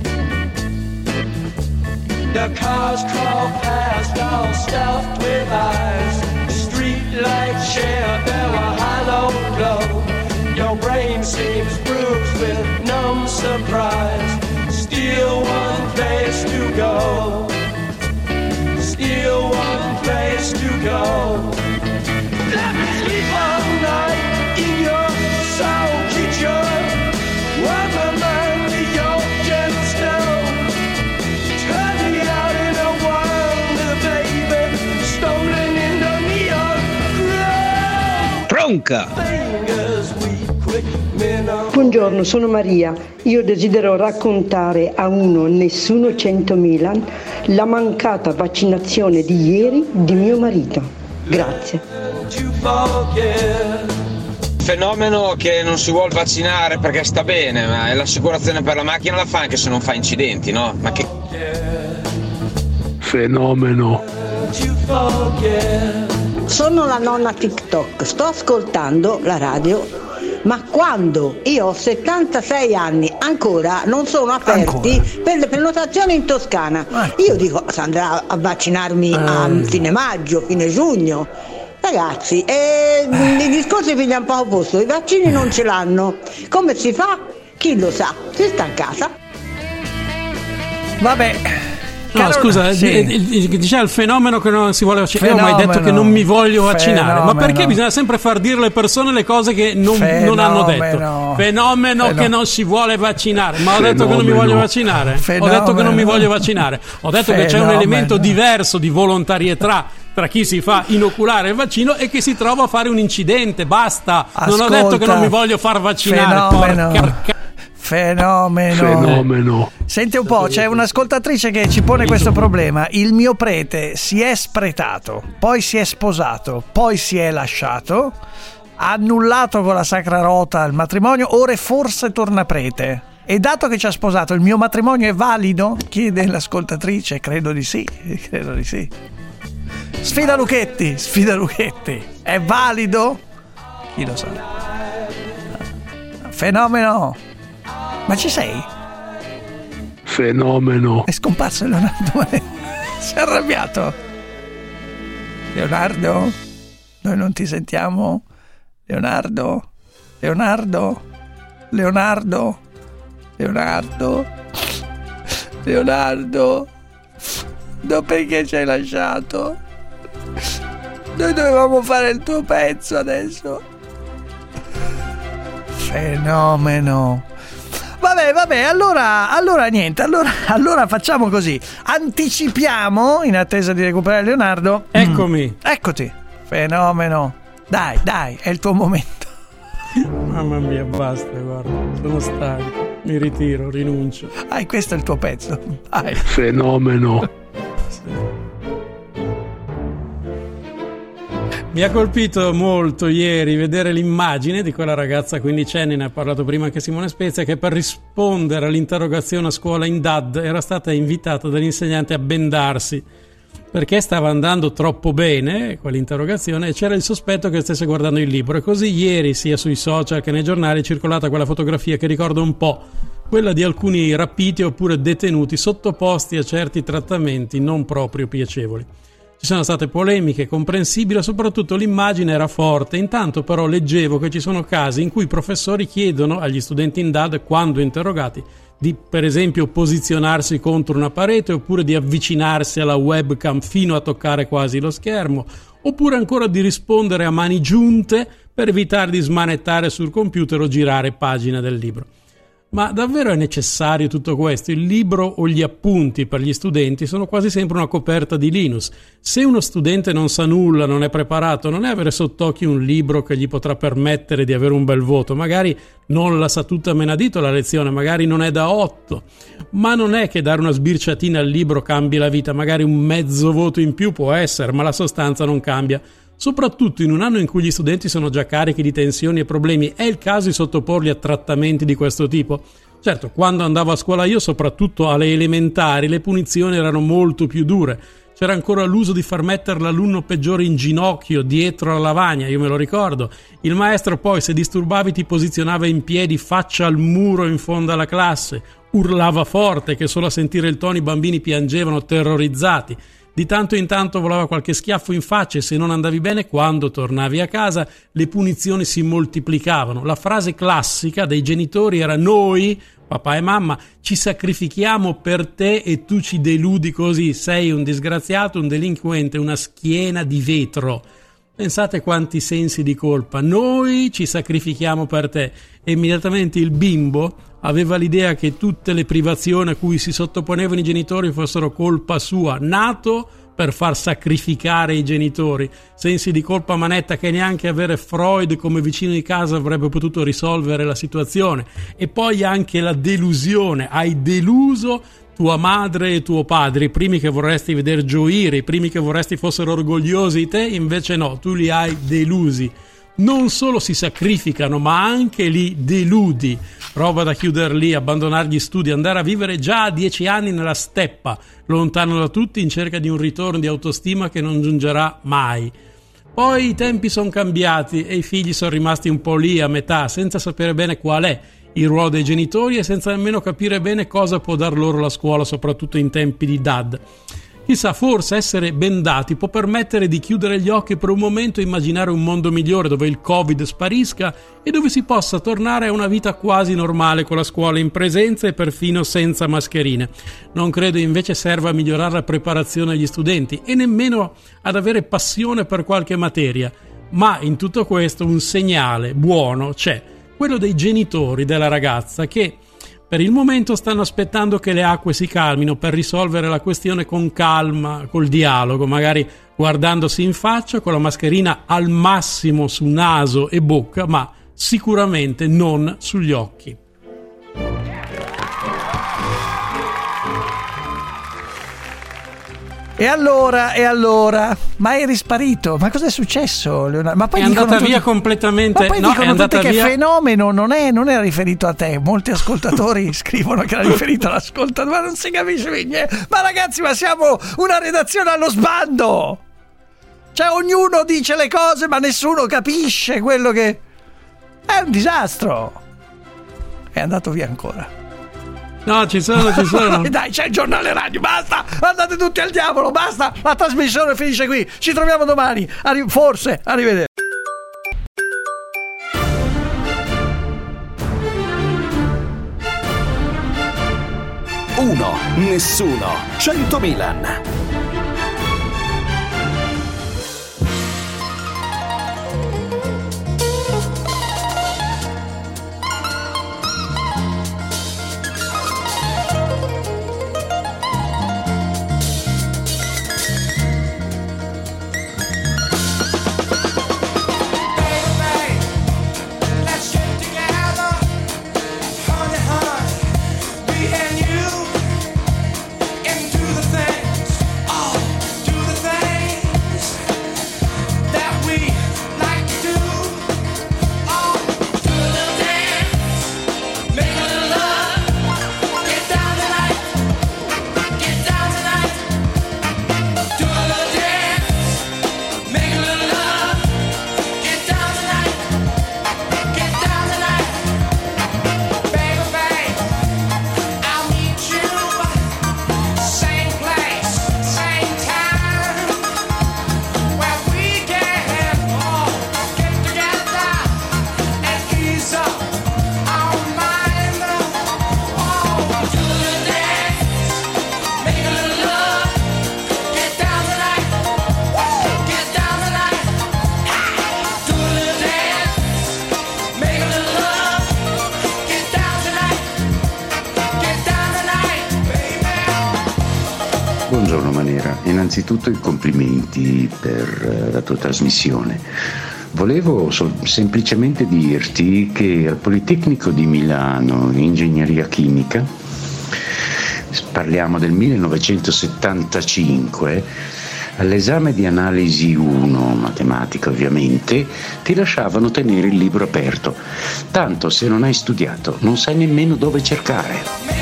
The cars crawl past, all stuffed with eyes. Streetlights share their hollow glow. Your brain seems bruised with numb surprise. Still one place to go. Still one place to go. Let me sleep all night in your soul kitchen. Warm my mind to your gentle stone. Turn me out in a wonder, baby. Stumbling in the neon glow. Bronca! Fingers weak, quick, men are. Buongiorno, sono Maria. Io desidero raccontare a uno Nessuno 100 Milan la mancata vaccinazione di ieri di mio marito. Grazie. Fenomeno che non si vuol vaccinare perché sta bene, ma l'assicurazione per la macchina la fa anche se non fa incidenti, no? Ma che fenomeno. Sono la nonna TikTok, sto ascoltando la radio. Ma quando io ho 76 anni ancora non sono aperti per le prenotazioni in Toscana, io dico si andrà a vaccinarmi a fine maggio, fine giugno. Ragazzi, i discorsi pigliano un po' a posto, i vaccini non ce l'hanno. Come si fa? Chi lo sa? Si sta a casa. Vabbè. No, scusa, diceva il fenomeno che non si vuole vaccinare. Io ho mai detto che non mi voglio vaccinare. Ma perché bisogna sempre far dire alle persone le cose che non hanno detto? Fenomeno che non si vuole vaccinare. Ma ho detto che non mi voglio vaccinare. Ho detto che non mi voglio vaccinare. Ho detto che c'è un elemento diverso di volontarietà tra chi si fa inoculare il vaccino e chi si trova a fare un incidente. Basta. Non ho detto che non mi voglio far vaccinare. Fenomeno. Senti un po', c'è un'ascoltatrice che ci pone questo problema. Il mio prete si è spretato, poi si è sposato, poi si è lasciato, ha annullato con la Sacra Rota il matrimonio, ora forse torna prete. E dato che ci ha sposato, il mio matrimonio è valido? Chiede l'ascoltatrice. Credo di sì. Sfida Luchetti. È valido? Chi lo sa? Fenomeno. Ma ci sei? Fenomeno. È scomparso Leonardo. Si è arrabbiato. Leonardo? Noi non ti sentiamo? Leonardo? Perché ci hai lasciato? Noi dovevamo fare il tuo pezzo adesso. Fenomeno. Vabbè, allora niente, allora facciamo così. Anticipiamo, in attesa di recuperare Leonardo. Eccomi. Eccoti. Fenomeno. Dai, è il tuo momento. Mamma mia, basta, guarda, sono stanco. Mi ritiro, rinuncio. Questo è il tuo pezzo. Vai. Fenomeno. Mi ha colpito molto ieri vedere l'immagine di quella ragazza quindicenne, ne ha parlato prima anche Simone Spezia, che per rispondere all'interrogazione a scuola in DAD era stata invitata dall'insegnante a bendarsi perché stava andando troppo bene quell'interrogazione e c'era il sospetto che stesse guardando il libro. E così ieri, sia sui social che nei giornali, è circolata quella fotografia che ricorda un po' quella di alcuni rapiti oppure detenuti sottoposti a certi trattamenti non proprio piacevoli. Ci sono state polemiche, comprensibili, soprattutto l'immagine era forte. Intanto però leggevo che ci sono casi in cui i professori chiedono agli studenti in DAD, quando interrogati, di per esempio posizionarsi contro una parete oppure di avvicinarsi alla webcam fino a toccare quasi lo schermo, oppure ancora di rispondere a mani giunte per evitare di smanettare sul computer o girare pagine del libro. Ma davvero è necessario tutto questo? Il libro o gli appunti per gli studenti sono quasi sempre una coperta di Linus. Se uno studente non sa nulla, non è preparato, non è avere sott'occhio un libro che gli potrà permettere di avere un bel voto. Magari non la sa tutta a menadito la lezione, magari non è da 8. Ma non è che dare una sbirciatina al libro cambi la vita. Magari un mezzo voto in più può essere, ma la sostanza non cambia. soprattutto in un anno in cui gli studenti sono già carichi di tensioni e problemi. È il caso di sottoporli a trattamenti di questo tipo? Certo, quando andavo a scuola io, soprattutto alle elementari, le punizioni erano molto più dure. C'era ancora l'uso di far mettere l'alunno peggiore in ginocchio dietro la lavagna, io me lo ricordo. Il maestro poi, se disturbavi, ti posizionava in piedi faccia al muro in fondo alla classe, urlava forte che solo a sentire il tono i bambini piangevano terrorizzati. Di tanto in tanto volava qualche schiaffo in faccia e se non andavi bene, quando tornavi a casa, le punizioni si moltiplicavano. La frase classica dei genitori era: noi, papà e mamma, ci sacrifichiamo per te e tu ci deludi così, sei un disgraziato, un delinquente, una schiena di vetro. Pensate quanti sensi di colpa. Noi ci sacrifichiamo per te. E immediatamente il bimbo aveva l'idea che tutte le privazioni a cui si sottoponevano i genitori fossero colpa sua, nato per far sacrificare i genitori. Sensi di colpa manetta che neanche avere Freud come vicino di casa avrebbe potuto risolvere la situazione. E poi anche la delusione. Hai deluso tua madre e tuo padre, i primi che vorresti vedere gioire, i primi che vorresti fossero orgogliosi di te, invece no, tu li hai delusi. Non solo si sacrificano, ma anche li deludi. Roba da chiudere lì, abbandonare gli studi, andare a vivere già a 10 anni nella steppa, lontano da tutti, in cerca di un ritorno di autostima che non giungerà mai. Poi i tempi sono cambiati e i figli sono rimasti un po' lì a metà, senza sapere bene qual è il ruolo dei genitori e senza nemmeno capire bene cosa può dar loro la scuola, soprattutto in tempi di DAD. Chissà, forse essere bendati può permettere di chiudere gli occhi per un momento e immaginare un mondo migliore dove il Covid sparisca e dove si possa tornare a una vita quasi normale con la scuola in presenza e perfino senza mascherine. Non credo invece serva a migliorare la preparazione degli studenti e nemmeno ad avere passione per qualche materia, ma in tutto questo un segnale buono c'è, quello dei genitori della ragazza che per il momento stanno aspettando che le acque si calmino per risolvere la questione con calma, col dialogo, magari guardandosi in faccia con la mascherina al massimo su naso e bocca, ma sicuramente non sugli occhi. E allora? Ma eri sparito? Ma cos'è successo, Leonardo? Ma poi è andata via completamente. Ma poi no, dicono è andata tutti che via. fenomeno non era riferito a te. Molti ascoltatori scrivono che era riferito all'ascoltatore, ma non si capisce niente. Ma ragazzi, ma siamo una redazione allo sbando! Cioè ognuno dice le cose, ma nessuno capisce quello che... È un disastro! È andato via ancora. No, ci sono. Dai, c'è il giornale radio, basta! Andate tutti al diavolo, basta! La trasmissione finisce qui. Ci troviamo domani. Forse, arrivederci. Uno, nessuno, 100 Milan. Buongiorno Manera, innanzitutto i complimenti per la tua trasmissione. Volevo semplicemente dirti che al Politecnico di Milano, in ingegneria chimica, parliamo del 1975, All'esame di analisi 1, matematica ovviamente, ti lasciavano tenere il libro aperto. Tanto se non hai studiato non sai nemmeno dove cercare.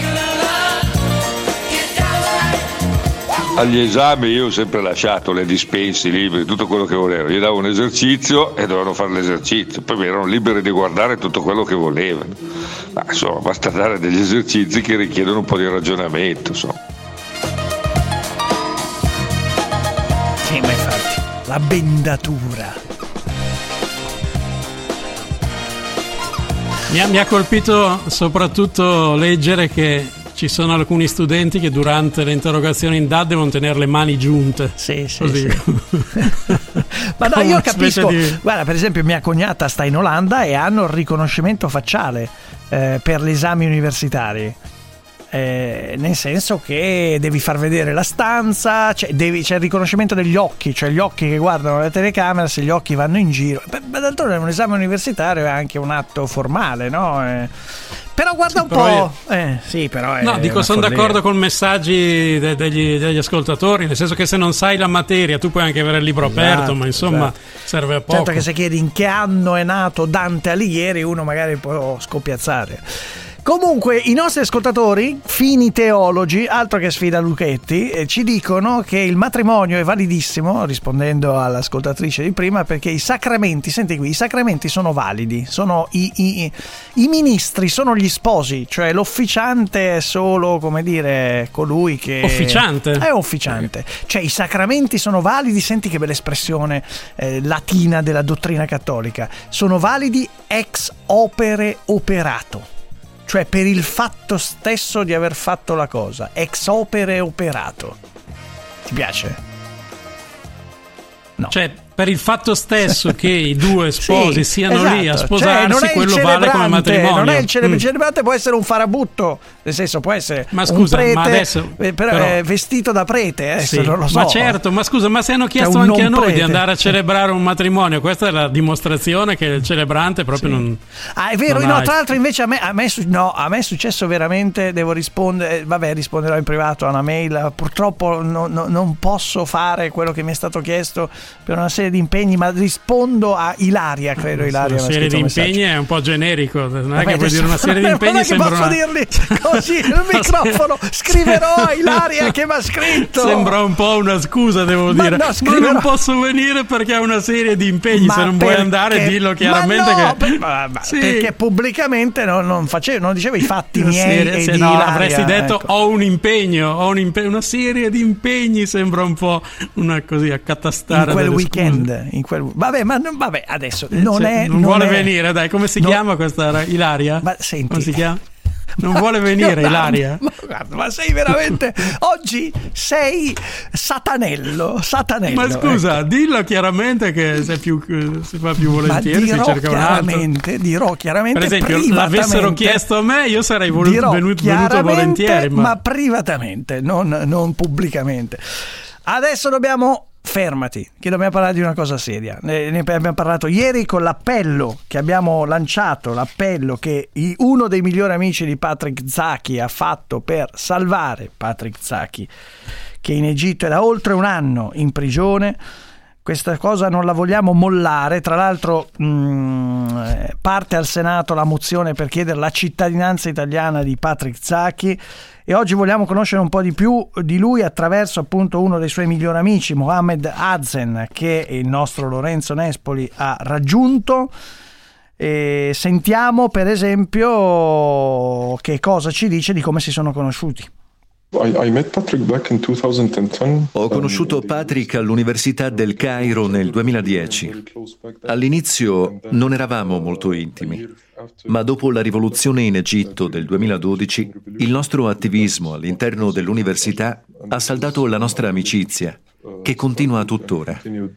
Agli esami io ho sempre lasciato le dispense, i libri, tutto quello che volevo. Gli davo un esercizio e dovevano fare l'esercizio, poi erano liberi di guardare tutto quello che volevano. Ma insomma, basta dare degli esercizi che richiedono un po' di ragionamento, insomma. Sì, ma infatti, la bendatura. Mi ha colpito soprattutto leggere che ci sono alcuni studenti che durante le interrogazioni in DAD devono tenere le mani giunte. Sì. Così. Ma no, io capisco. Di... Guarda, per esempio mia cognata sta in Olanda e hanno il riconoscimento facciale per gli esami universitari. Nel senso che devi far vedere la stanza, c'è il riconoscimento degli occhi, cioè gli occhi che guardano la telecamera, se gli occhi vanno in giro. Ma d'altronde un esame universitario è anche un atto formale, no? Però guarda un po'. Sì, però è. No, dico, sono d'accordo con i messaggi degli ascoltatori, nel senso che se non sai la materia tu puoi anche avere il libro aperto, ma insomma serve a poco. Certo che se chiedi in che anno è nato Dante Alighieri, uno magari può scoppiazzare. Comunque i nostri ascoltatori, fini teologi, altro che sfida Lucchetti, ci dicono che il matrimonio è validissimo, rispondendo all'ascoltatrice di prima, perché i sacramenti, senti qui, i sacramenti sono validi, sono i ministri, sono gli sposi, cioè l'officiante è solo, come dire, colui che... Officiante? È officiante, cioè i sacramenti sono validi, senti che bella espressione latina della dottrina cattolica, sono validi ex opere operato. Cioè per il fatto stesso di aver fatto la cosa, ex opere operato. Ti piace? No. Cioè per il fatto stesso che i due sposi siano esatto. lì a sposarsi, cioè, quello vale come matrimonio. Non è il celebrante, può essere un farabutto, nel senso può essere un prete, ma adesso, però vestito da prete, sì, non lo so. Ma certo, ma scusa, ma se hanno chiesto anche a noi di andare a celebrare un matrimonio, questa è la dimostrazione che il celebrante proprio non... Ah, è vero, no, tra l'altro invece a me è successo veramente, devo rispondere, risponderò in privato a una mail, purtroppo non posso fare quello che mi è stato chiesto per una serie di impegni, ma rispondo a Ilaria, credo Ilaria. Una serie di impegni è un po' generico, non è che puoi dire una serie di impegni, non è che posso dirli così nel microfono, scriverò a Ilaria che mi ha scritto. Sembra un po' una scusa, devo dire. No, ma non posso venire perché ho una serie di impegni, se non vuoi andare dillo chiaramente. Perché pubblicamente non dicevo i fatti miei e di Ilaria. Avresti detto ho un impegno, una serie di impegni, sembra un po' una così accatastare in quel weekend. Vabbè, adesso non vuole venire, dai, come si chiama questa Ilaria? Ma senti, come si chiama? Non vuole venire Ilaria? Ma sei veramente oggi sei satanello. Ma scusa, dillo chiaramente che si fa più volentieri, si cerca un altro. Dirò chiaramente. Per esempio, l'avessero chiesto a me, io sarei venuto volentieri, ma privatamente, non pubblicamente. Adesso fermati, che dobbiamo parlare di una cosa seria. Ne abbiamo parlato ieri con l'appello che abbiamo lanciato, l'appello che uno dei migliori amici di Patrick Zaki ha fatto per salvare Patrick Zaki, che in Egitto è da oltre un anno in prigione. Questa cosa non la vogliamo mollare. Tra l'altro parte al Senato la mozione per chiedere la cittadinanza italiana di Patrick Zaki, e oggi vogliamo conoscere un po' di più di lui attraverso appunto uno dei suoi migliori amici, Mohammed Hazen, che il nostro Lorenzo Nespoli ha raggiunto. E sentiamo per esempio che cosa ci dice di come si sono conosciuti. Ho conosciuto Patrick all'Università del Cairo nel 2010. All'inizio non eravamo molto intimi, ma dopo la rivoluzione in Egitto del 2012, il nostro attivismo all'interno dell'università ha saldato la nostra amicizia, che continua tuttora.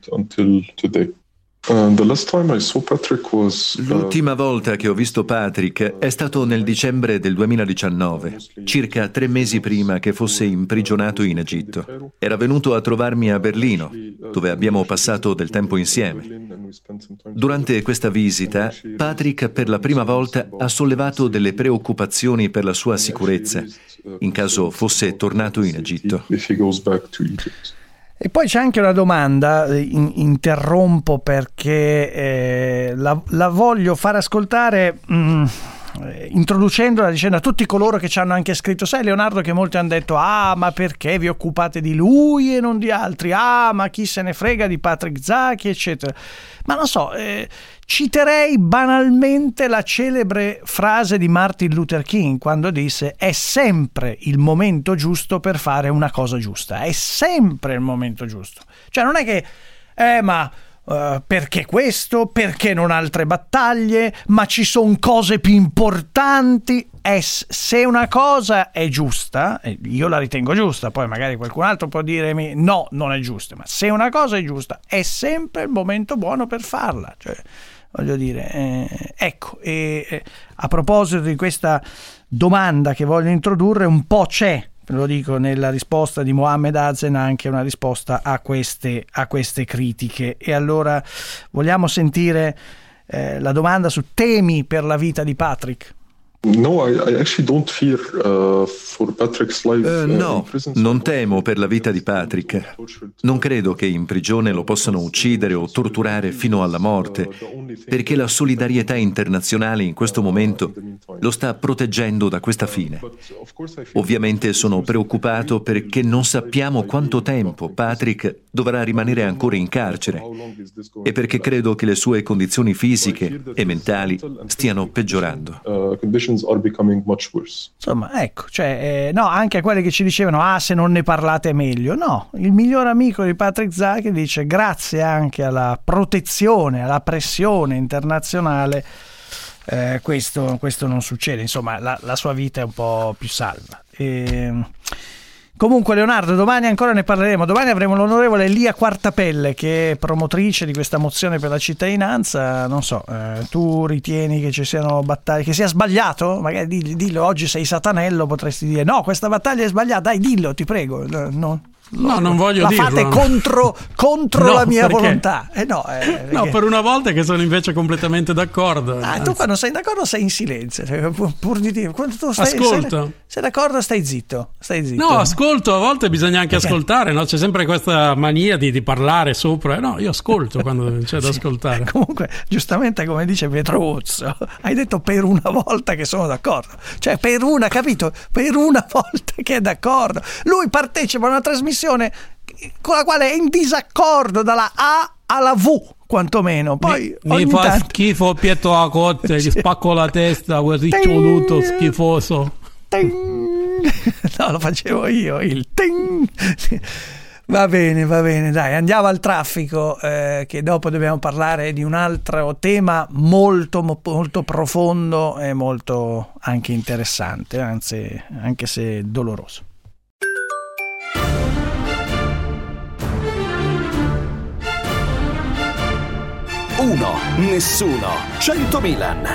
L'ultima volta che ho visto Patrick è stato nel dicembre del 2019, circa 3 mesi prima che fosse imprigionato in Egitto. Era venuto a trovarmi a Berlino, dove abbiamo passato del tempo insieme. Durante questa visita, Patrick per la prima volta ha sollevato delle preoccupazioni per la sua sicurezza, in caso fosse tornato in Egitto. E poi c'è anche una domanda, interrompo perché la voglio far ascoltare introducendola, dicendo a tutti coloro che ci hanno anche scritto, sai Leonardo, che molti hanno detto ma perché vi occupate di lui e non di altri, ma chi se ne frega di Patrick Zaki, eccetera. Ma non so, citerei banalmente la celebre frase di Martin Luther King quando disse: è sempre il momento giusto per fare una cosa giusta, è sempre il momento giusto. Cioè non è che perché questo, perché non altre battaglie, ma ci sono cose più importanti. Se una cosa è giusta, io la ritengo giusta, poi magari qualcun altro può dirmi no, non è giusta, ma se una cosa è giusta è sempre il momento buono per farla. Cioè, voglio dire, ecco, a proposito di questa domanda che voglio introdurre, un po' c'è, lo dico, nella risposta di Mohammed Hazen anche una risposta a queste critiche. E allora vogliamo sentire la domanda su temi per la vita di Patrick? No, I actually don't fear for Patrick's life. No, non temo per la vita di Patrick. Non credo che in prigione lo possano uccidere o torturare fino alla morte, perché la solidarietà internazionale in questo momento lo sta proteggendo da questa fine. Ovviamente sono preoccupato perché non sappiamo quanto tempo Patrick dovrà rimanere ancora in carcere e perché credo che le sue condizioni fisiche e mentali stiano peggiorando. Are becoming much worse. Insomma, ecco, cioè, no, anche a quelli che ci dicevano se non ne parlate meglio. No, il miglior amico di Patrick Zaki dice: grazie anche alla protezione, alla pressione internazionale, questo non succede. Insomma, la sua vita è un po' più salva. Comunque Leonardo, domani ancora ne parleremo. Domani avremo l'onorevole Lia Quartapelle, che è promotrice di questa mozione per la cittadinanza. Non so, tu ritieni che ci siano battaglie, che sia sbagliato? Magari dillo, oggi sei Satanello, potresti dire no, questa battaglia è sbagliata, dai, dillo, ti prego. No, non voglio dirlo. La fate contro la mia volontà. No, per una volta che sono invece completamente d'accordo. Tu quando sei d'accordo sei in silenzio, pur di dire. Quando tu ascolto. Sei d'accordo, stai zitto. No, ascolto, a volte bisogna anche ascoltare, no? C'è sempre questa mania di parlare sopra. No, io ascolto quando c'è da ascoltare. Comunque, giustamente, come dice Pietruzzo, hai detto per una volta che sono d'accordo. Cioè, capito? Per una volta che è d'accordo. Lui partecipa a una trasmissione con la quale è in disaccordo dalla A alla V, quantomeno. Poi mi fa schifo Pietro Acotte, gli spacco la testa, quel riccioluto schifoso. No, lo facevo io, il ting. Va bene, dai, andiamo al traffico, che dopo dobbiamo parlare di un altro tema molto, molto profondo e molto anche interessante, anzi, anche se doloroso. Uno, nessuno, 100 Milan.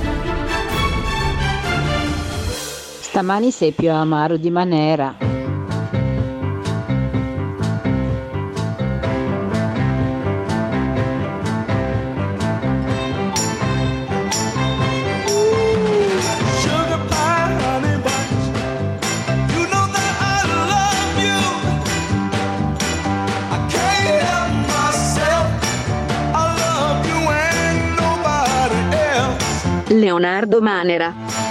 Stamani sei più amaro di Manera. Leonardo Manera.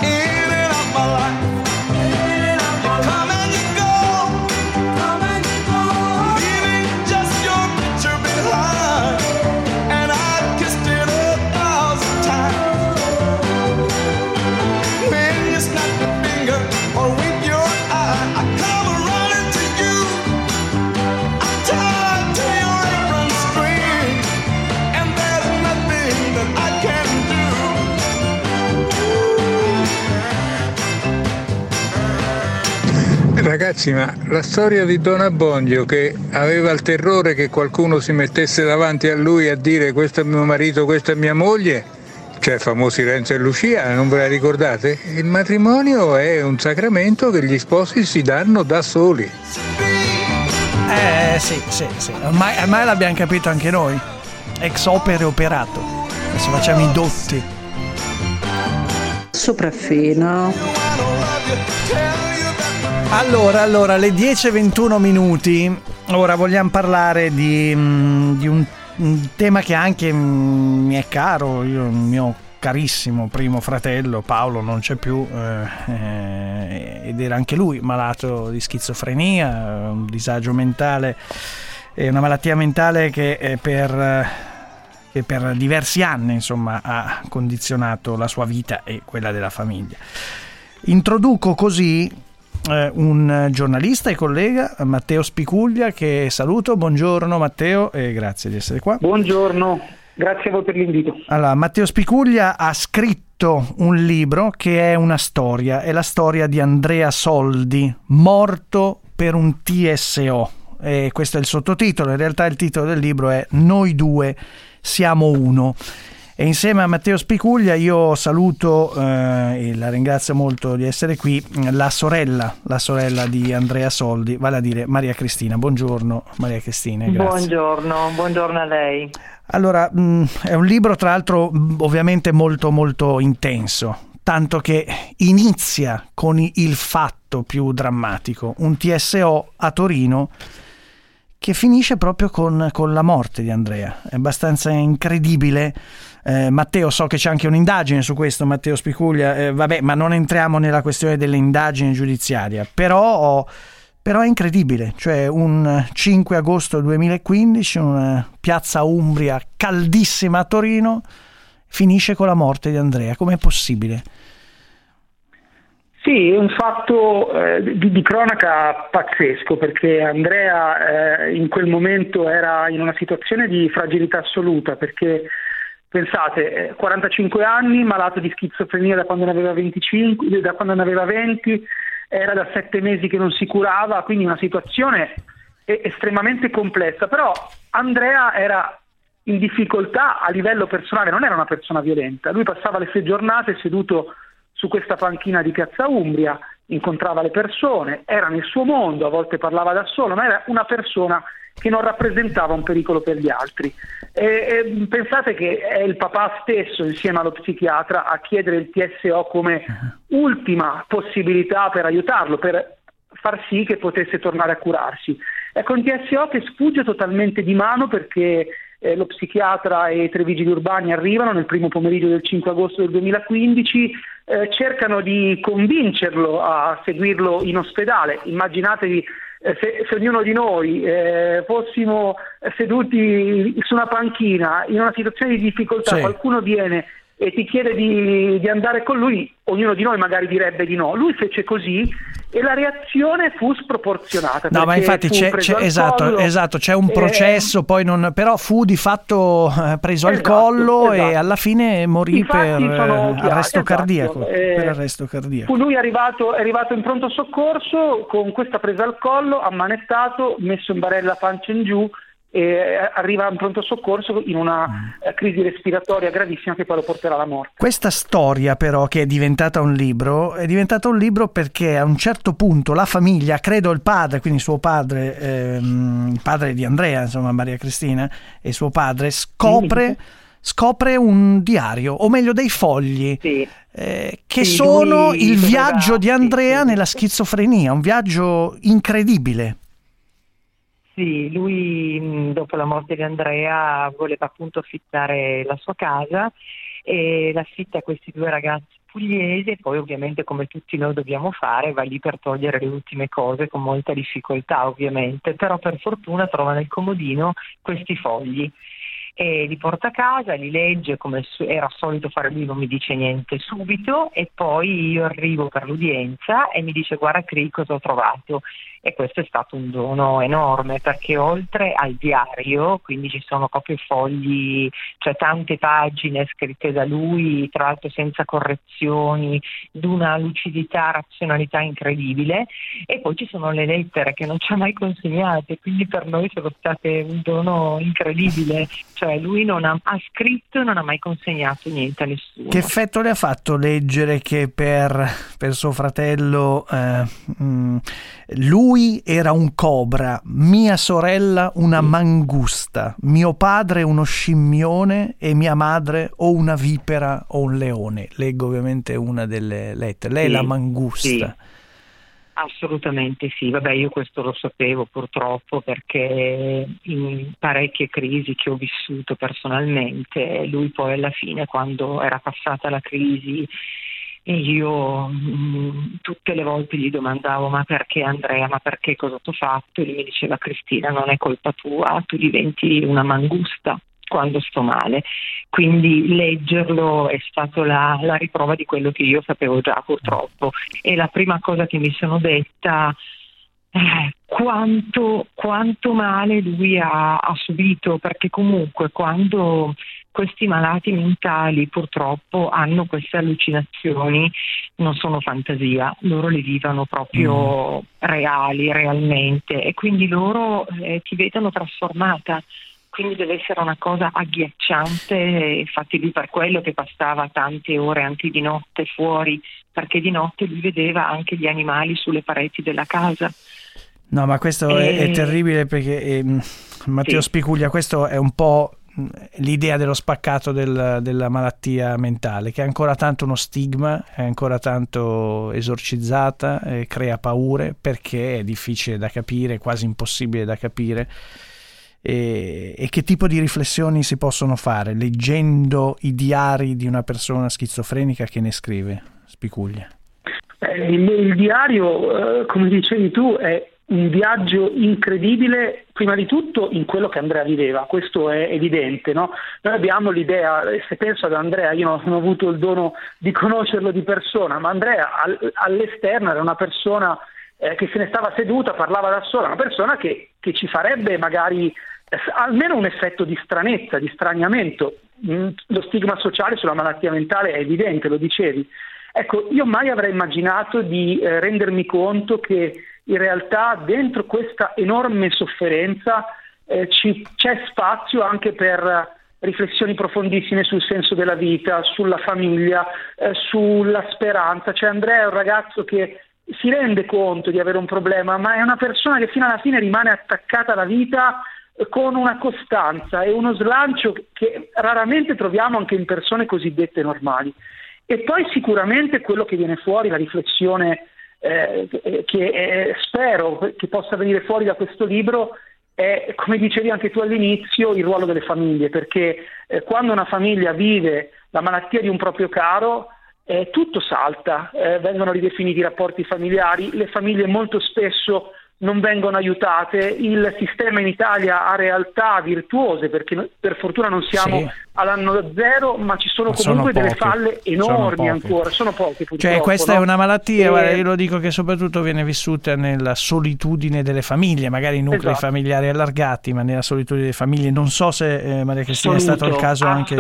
Ragazzi, ma la storia di Don Abbondio, che aveva il terrore che qualcuno si mettesse davanti a lui a dire questo è mio marito, questa è mia moglie, cioè famosi Renzo e Lucia, non ve la ricordate? Il matrimonio è un sacramento che gli sposi si danno da soli. Sì. Ormai l'abbiamo capito anche noi. Ex opere operato. Adesso facciamo i dotti. Sopraffino. Allora, alle 10:21 minuti ora vogliamo parlare di un tema che anche mi è caro. Il mio carissimo primo fratello Paolo non c'è più, ed era anche lui malato di schizofrenia, un disagio mentale, una malattia mentale che per diversi anni, insomma, ha condizionato la sua vita e quella della famiglia. Introduco così un giornalista e collega, Matteo Spicuglia, che saluto. Buongiorno Matteo e grazie di essere qua. Buongiorno, grazie a voi per l'invito. Allora, Matteo Spicuglia ha scritto un libro che è una storia, è la storia di Andrea Soldi, morto per un TSO, e questo è il sottotitolo. In realtà il titolo del libro è Noi due siamo uno. E insieme a Matteo Spicuglia io saluto e la ringrazio molto di essere qui, la sorella di Andrea Soldi, vale a dire Maria Cristina. Buongiorno Maria Cristina. Grazie. Buongiorno a lei. Allora, è un libro tra l'altro ovviamente molto molto intenso, tanto che inizia con il fatto più drammatico, un TSO a Torino che finisce proprio con la morte di Andrea. È abbastanza incredibile. Matteo, so che c'è anche un'indagine su questo, Matteo Spicuglia, vabbè, ma non entriamo nella questione dell'indagine giudiziaria, però è incredibile. Cioè, un 5 agosto 2015, una piazza Umbria caldissima a Torino finisce con la morte di Andrea. Com'è possibile? Sì, è un fatto di cronaca pazzesco, perché Andrea in quel momento era in una situazione di fragilità assoluta, perché pensate, 45 anni, malato di schizofrenia da quando ne aveva 25, da quando ne aveva 20, era da 7 mesi che non si curava, quindi una situazione estremamente complessa. Però Andrea era in difficoltà a livello personale, non era una persona violenta, lui passava le sue giornate seduto su questa panchina di piazza Umbria, incontrava le persone, era nel suo mondo, a volte parlava da solo, ma era una persona che non rappresentava un pericolo per gli altri. E pensate che è il papà stesso, insieme allo psichiatra, a chiedere il TSO come ultima possibilità per aiutarlo, per far sì che potesse tornare a curarsi. Ecco, un TSO che sfugge totalmente di mano, perché lo psichiatra e i 3 vigili urbani arrivano nel primo pomeriggio del 5 agosto del 2015, cercano di convincerlo a seguirlo in ospedale. Immaginatevi se ognuno di noi fossimo seduti su una panchina in una situazione di difficoltà, sì, qualcuno viene e ti chiede di andare con lui, ognuno di noi magari direbbe di no. Lui fece così e la reazione fu sproporzionata. No, ma infatti c'è un processo, poi non, però fu di fatto preso al collo, esatto. E alla fine morì per arresto cardiaco. Per arresto cardiaco. Fu lui è arrivato in pronto soccorso con questa presa al collo, ammanettato, messo in barella pancia in giù, e arriva in pronto soccorso in una crisi respiratoria gravissima che poi lo porterà alla morte. Questa storia però, che è diventata un libro perché a un certo punto la famiglia, credo il padre, quindi suo padre, il padre di Andrea, insomma Maria Cristina, e suo padre scopre un diario, o meglio dei fogli, che sono il viaggio di Andrea nella schizofrenia, un viaggio incredibile. Sì, lui dopo la morte di Andrea voleva appunto affittare la sua casa e l'affitta a questi 2 ragazzi pugliesi, e poi ovviamente, come tutti noi dobbiamo fare, va lì per togliere le ultime cose con molta difficoltà ovviamente, però per fortuna trova nel comodino questi fogli e li porta a casa, li legge come era solito fare lui, non mi dice niente subito, e poi io arrivo per l'udienza e mi dice: guarda Cri, cosa ho trovato. E questo è stato un dono enorme, perché oltre al diario, quindi ci sono proprio fogli, cioè tante pagine scritte da lui, tra l'altro senza correzioni, di una lucidità, razionalità incredibile, e poi ci sono le lettere che non ci ha mai consegnate, quindi per noi sono state un dono incredibile, cioè lui ha scritto e non ha mai consegnato niente a nessuno. Che effetto le ha fatto leggere che per suo fratello lui era un cobra, mia sorella una mangusta, mio padre uno scimmione e mia madre o una vipera o un leone? Leggo ovviamente una delle lettere. Lei è la mangusta. Assolutamente sì, vabbè, io questo lo sapevo purtroppo, perché in parecchie crisi che ho vissuto personalmente, lui poi alla fine, quando era passata la crisi, e io tutte le volte gli domandavo: ma perché Andrea, ma perché, cosa t'ho fatto? E lui mi diceva: Cristina, non è colpa tua, tu diventi una mangusta quando sto male. Quindi leggerlo è stato la riprova di quello che io sapevo già, purtroppo. E la prima cosa che mi sono detta: quanto male lui ha subito, perché comunque quando questi malati mentali purtroppo hanno queste allucinazioni, non sono fantasia, loro le vivono proprio realmente, e quindi loro ti vedono trasformata. Quindi deve essere una cosa agghiacciante, infatti lui per quello che passava tante ore anche di notte fuori, perché di notte lui vedeva anche gli animali sulle pareti della casa. No, ma questo è terribile, perché Matteo Spicuglia, questo è un po' l'idea dello spaccato della malattia mentale, che è ancora tanto uno stigma, è ancora tanto esorcizzata, crea paure, perché è difficile da capire, quasi impossibile da capire. E che tipo di riflessioni si possono fare leggendo i diari di una persona schizofrenica che ne scrive, Spicuglia? Il diario, come dicevi tu, è un viaggio incredibile, prima di tutto in quello che Andrea viveva, questo è evidente, no? Noi abbiamo l'idea, se penso ad Andrea, io non ho avuto il dono di conoscerlo di persona, ma Andrea all'esterno era una persona che se ne stava seduta, parlava da sola, una persona che ci farebbe magari almeno un effetto di stranezza, di straniamento. Lo stigma sociale sulla malattia mentale è evidente, lo dicevi. Ecco, io mai avrei immaginato di rendermi conto che in realtà dentro questa enorme sofferenza c'è spazio anche per riflessioni profondissime sul senso della vita, sulla famiglia, sulla speranza. Cioè Andrea è un ragazzo che si rende conto di avere un problema, ma è una persona che fino alla fine rimane attaccata alla vita con una costanza e uno slancio che raramente troviamo anche in persone cosiddette normali. E poi sicuramente quello che viene fuori, la riflessione che spero che possa venire fuori da questo libro, è, come dicevi anche tu all'inizio, il ruolo delle famiglie, perché quando una famiglia vive la malattia di un proprio caro, tutto salta, vengono ridefiniti i rapporti familiari, le famiglie molto spesso non vengono aiutate, il sistema in Italia ha realtà virtuose, perché per fortuna non siamo all'anno zero, ma ci sono comunque delle falle enormi ancora, sono poche purtroppo. Cioè questa è una malattia, guarda, io lo dico, che soprattutto viene vissuta nella solitudine delle famiglie, magari in nuclei familiari allargati, ma nella solitudine delle famiglie. Non so se Maria Cristina è stato il caso anche.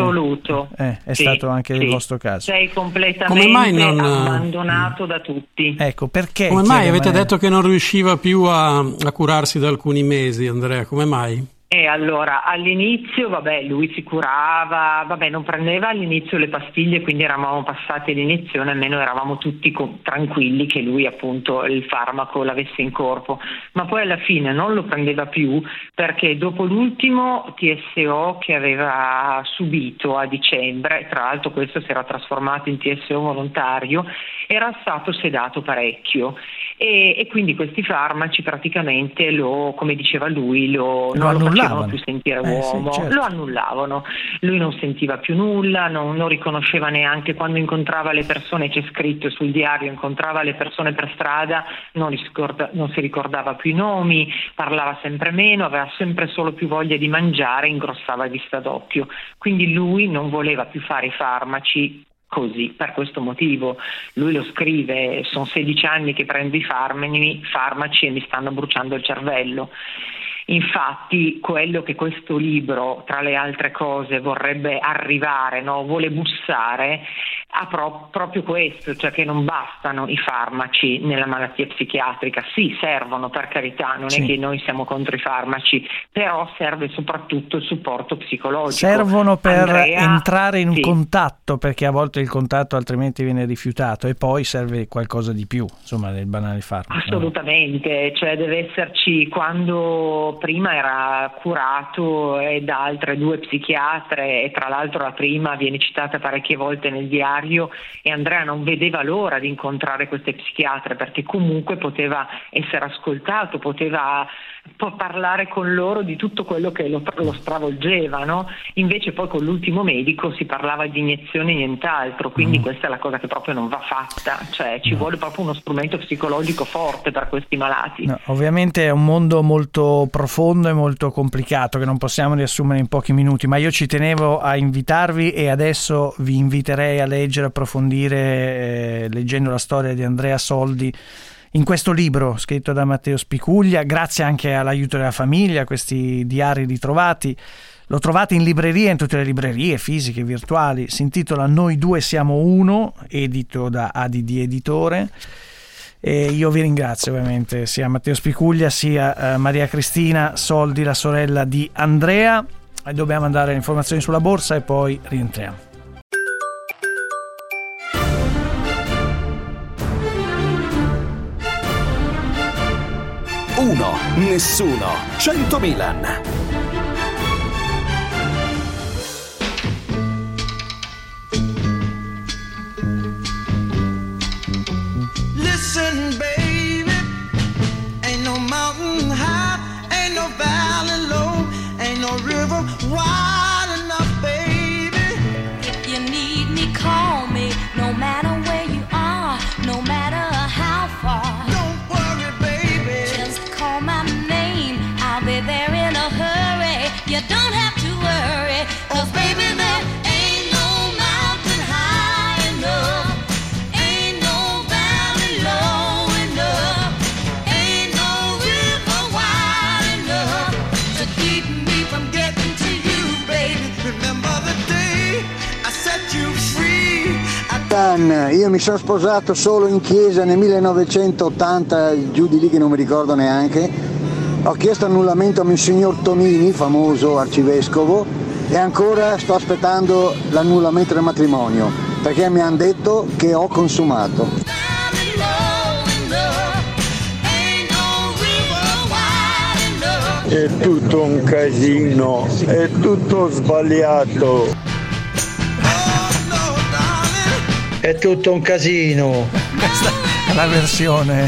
È stato anche il vostro caso. Sei completamente abbandonato da tutti. Ecco, perché? Come mai avete detto che non riusciva più a curarsi da alcuni mesi, Andrea? Come mai? E allora all'inizio lui si curava, non prendeva all'inizio le pastiglie, quindi eravamo passati all'iniezione, almeno eravamo tutti tranquilli che lui appunto il farmaco l'avesse in corpo, ma poi alla fine non lo prendeva più, perché dopo l'ultimo TSO che aveva subito a dicembre, tra l'altro questo si era trasformato in TSO volontario, era stato sedato parecchio e quindi questi farmaci praticamente come diceva lui, non lo facevano più sentire uomo, lo annullavano. Lui non sentiva più nulla, non riconosceva neanche, quando incontrava le persone, c'è scritto sul diario, incontrava le persone per strada, non si ricordava più i nomi, parlava sempre meno, aveva sempre solo più voglia di mangiare, ingrossava a vista d'occhio. Quindi lui non voleva più fare i farmaci così, per questo motivo. Lui lo scrive: sono 16 anni che prendo i farmaci e mi stanno bruciando il cervello. Infatti quello che questo libro, tra le altre cose, vorrebbe arrivare, vuole bussare a proprio questo, cioè che non bastano i farmaci nella malattia psichiatrica. Sì, servono, per carità, non è che noi siamo contro i farmaci, però serve soprattutto il supporto psicologico. Servono per entrare in un contatto, perché a volte il contatto altrimenti viene rifiutato, e poi serve qualcosa di più, insomma, del banale farmaco. Assolutamente, cioè deve esserci, quando Marito prima era curato da altre 2 psichiatre e tra l'altro la prima viene citata parecchie volte nel diario, e Andrea non vedeva l'ora di incontrare queste psichiatre perché comunque poteva essere ascoltato, poteva parlare con loro di tutto quello che lo stravolgeva, no? Invece poi con l'ultimo medico si parlava di iniezioni e nient'altro, quindi questa è la cosa che proprio non va fatta, cioè ci vuole proprio uno strumento psicologico forte per questi malati. No, ovviamente è un mondo molto profondo e molto complicato che non possiamo riassumere in pochi minuti, ma io ci tenevo a invitarvi e adesso vi inviterei a leggere, approfondire leggendo la storia di Andrea Soldi in questo libro scritto da Matteo Spicuglia, grazie anche all'aiuto della famiglia, questi diari ritrovati. Lo trovate in libreria, in tutte le librerie fisiche e virtuali. Si intitola Noi due siamo uno, edito da ADD Editore. E io vi ringrazio ovviamente sia Matteo Spicuglia sia Maria Cristina Soldi, la sorella di Andrea. E dobbiamo andare alle informazioni sulla borsa e poi rientriamo. Uno, nessuno, 100 Milan. Listen, baby, ain't no mountain high, ain't no valley low, ain't no river wide enough, baby. If you need me, call me, no matter where you are, no matter how far. Don't worry, baby, just call my name, I'll be there in a hurry. You don't have to worry, 'cause baby, there ain't no mountain high enough, ain't no valley low enough, ain't no river wide enough to keep me from getting to you, baby. remember the day I set you free. Io mi sono sposato solo in chiesa nel 1980, giù di lì che non mi ricordo neanche. Ho chiesto annullamento a Monsignor Tonini, famoso arcivescovo, e ancora sto aspettando l'annullamento del matrimonio perché mi hanno detto che ho consumato. È tutto un casino, è tutto sbagliato. È tutto un casino. Questa è la versione.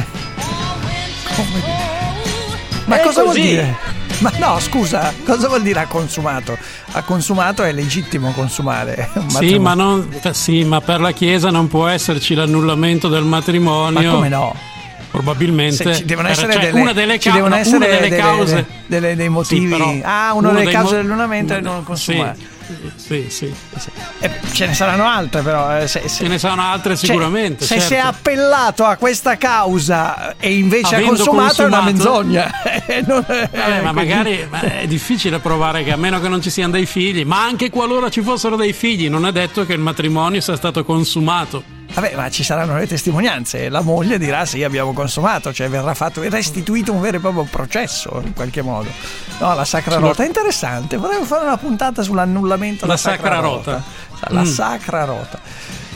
Ma cosa vuol dire? Ma no, scusa, cosa vuol dire ha consumato? Ha consumato è legittimo consumare. Sì, ma per la Chiesa non può esserci l'annullamento del matrimonio. Ma come no? Probabilmente ci devono essere una delle cause, dei motivi. Sì, una delle cause dell'annullamento è non consumare. Sì. Ce ne saranno altre, però. Ce ne saranno altre sicuramente. Se si è appellato a questa causa e invece ha consumato, è una menzogna. Ma magari è difficile provare che, a meno che non ci siano dei figli, ma anche qualora ci fossero dei figli, non è detto che il matrimonio sia stato consumato. Vabbè, ma ci saranno le testimonianze, la moglie dirà sì, abbiamo consumato, cioè verrà restituito un vero e proprio processo in qualche modo. No, la Sacra Rota è interessante, vorrei fare una puntata sull'annullamento della Sacra Rota. La Sacra Rota.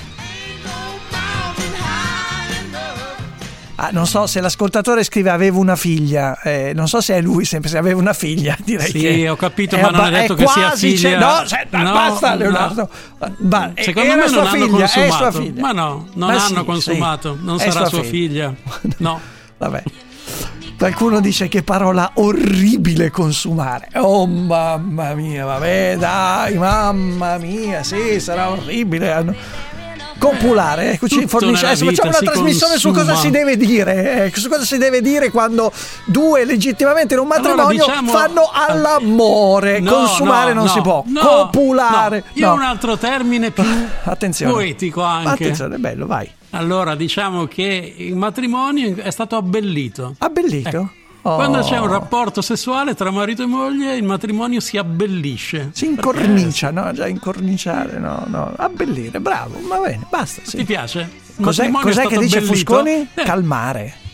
Non so se l'ascoltatore scrive avevo una figlia, non so se è lui sempre, se aveva una figlia, direi che sì, ho capito, ma non è detto che sia figlia. Basta Leonardo. Secondo me non hanno consumato. È sua figlia. Ma no, non hanno consumato, non sarà sua figlia. No. Vabbè. Qualcuno dice che parola orribile consumare. Oh mamma mia, vabbè, dai, mamma mia, sì, sarà orribile. Copulare, ci fornisce. Adesso facciamo una trasmissione su cosa si deve dire, su cosa si deve dire quando due legittimamente in un matrimonio fanno all'amore. Consumare non si può. Copulare. Io ho un altro termine più poetico anche. Attenzione, bello, vai. Allora, diciamo che il matrimonio è stato abbellito. Abbellito? Quando c'è un rapporto sessuale tra marito e moglie, il matrimonio si abbellisce. Si incornicia, no? Già incorniciare, no. Abbellire, bravo, va bene, basta. Sì. Ti piace? Cos'è che dice abbellito? Fusconi? Calmare.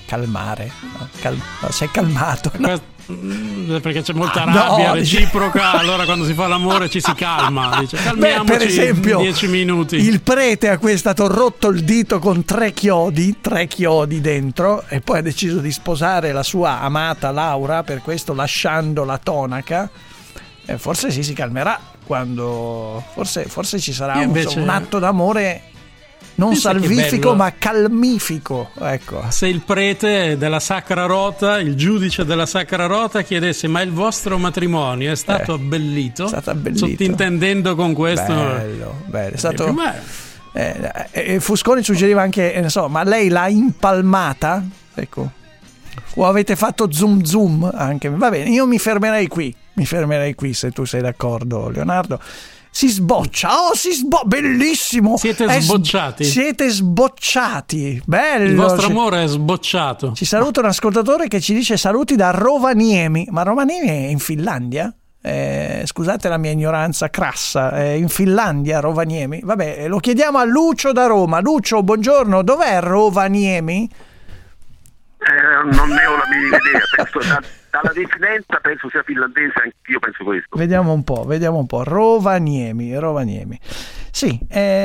calmare, no, sei calmato, no? Perché c'è molta rabbia reciproca, allora quando si fa l'amore ci si calma, dice calmiamoci. Per esempio, 10 minuti. Il prete a cui è stato rotto il dito con 3 chiodi dentro, e poi ha deciso di sposare la sua amata Laura, per questo lasciando la tonaca. Forse si calmerà quando forse ci sarà un atto d'amore non salvifico ma calmifico, ecco. Se il prete della Sacra Rota, il giudice della Sacra Rota chiedesse: ma il vostro matrimonio è stato abbellito? Sottintendendo con questo bello, è stato Fusconi suggeriva anche, ma lei l'ha impalmata, ecco, o avete fatto zoom anche. Va bene, io mi fermerei qui se tu sei d'accordo, Leonardo. Si sboccia, bellissimo. Siete sbocciati. Siete sbocciati, bello. Il vostro amore è sbocciato. Ci saluta un ascoltatore che ci dice saluti da Rovaniemi. Ma Rovaniemi è in Finlandia? Scusate la mia ignoranza crassa, è in Finlandia Rovaniemi? Vabbè, lo chiediamo a Lucio da Roma. Lucio, buongiorno, dov'è Rovaniemi? Non ne ho la minima idea, penso dalla desinenza penso sia finlandese, anch'io penso questo. Vediamo un po'. Rovaniemi. Sì,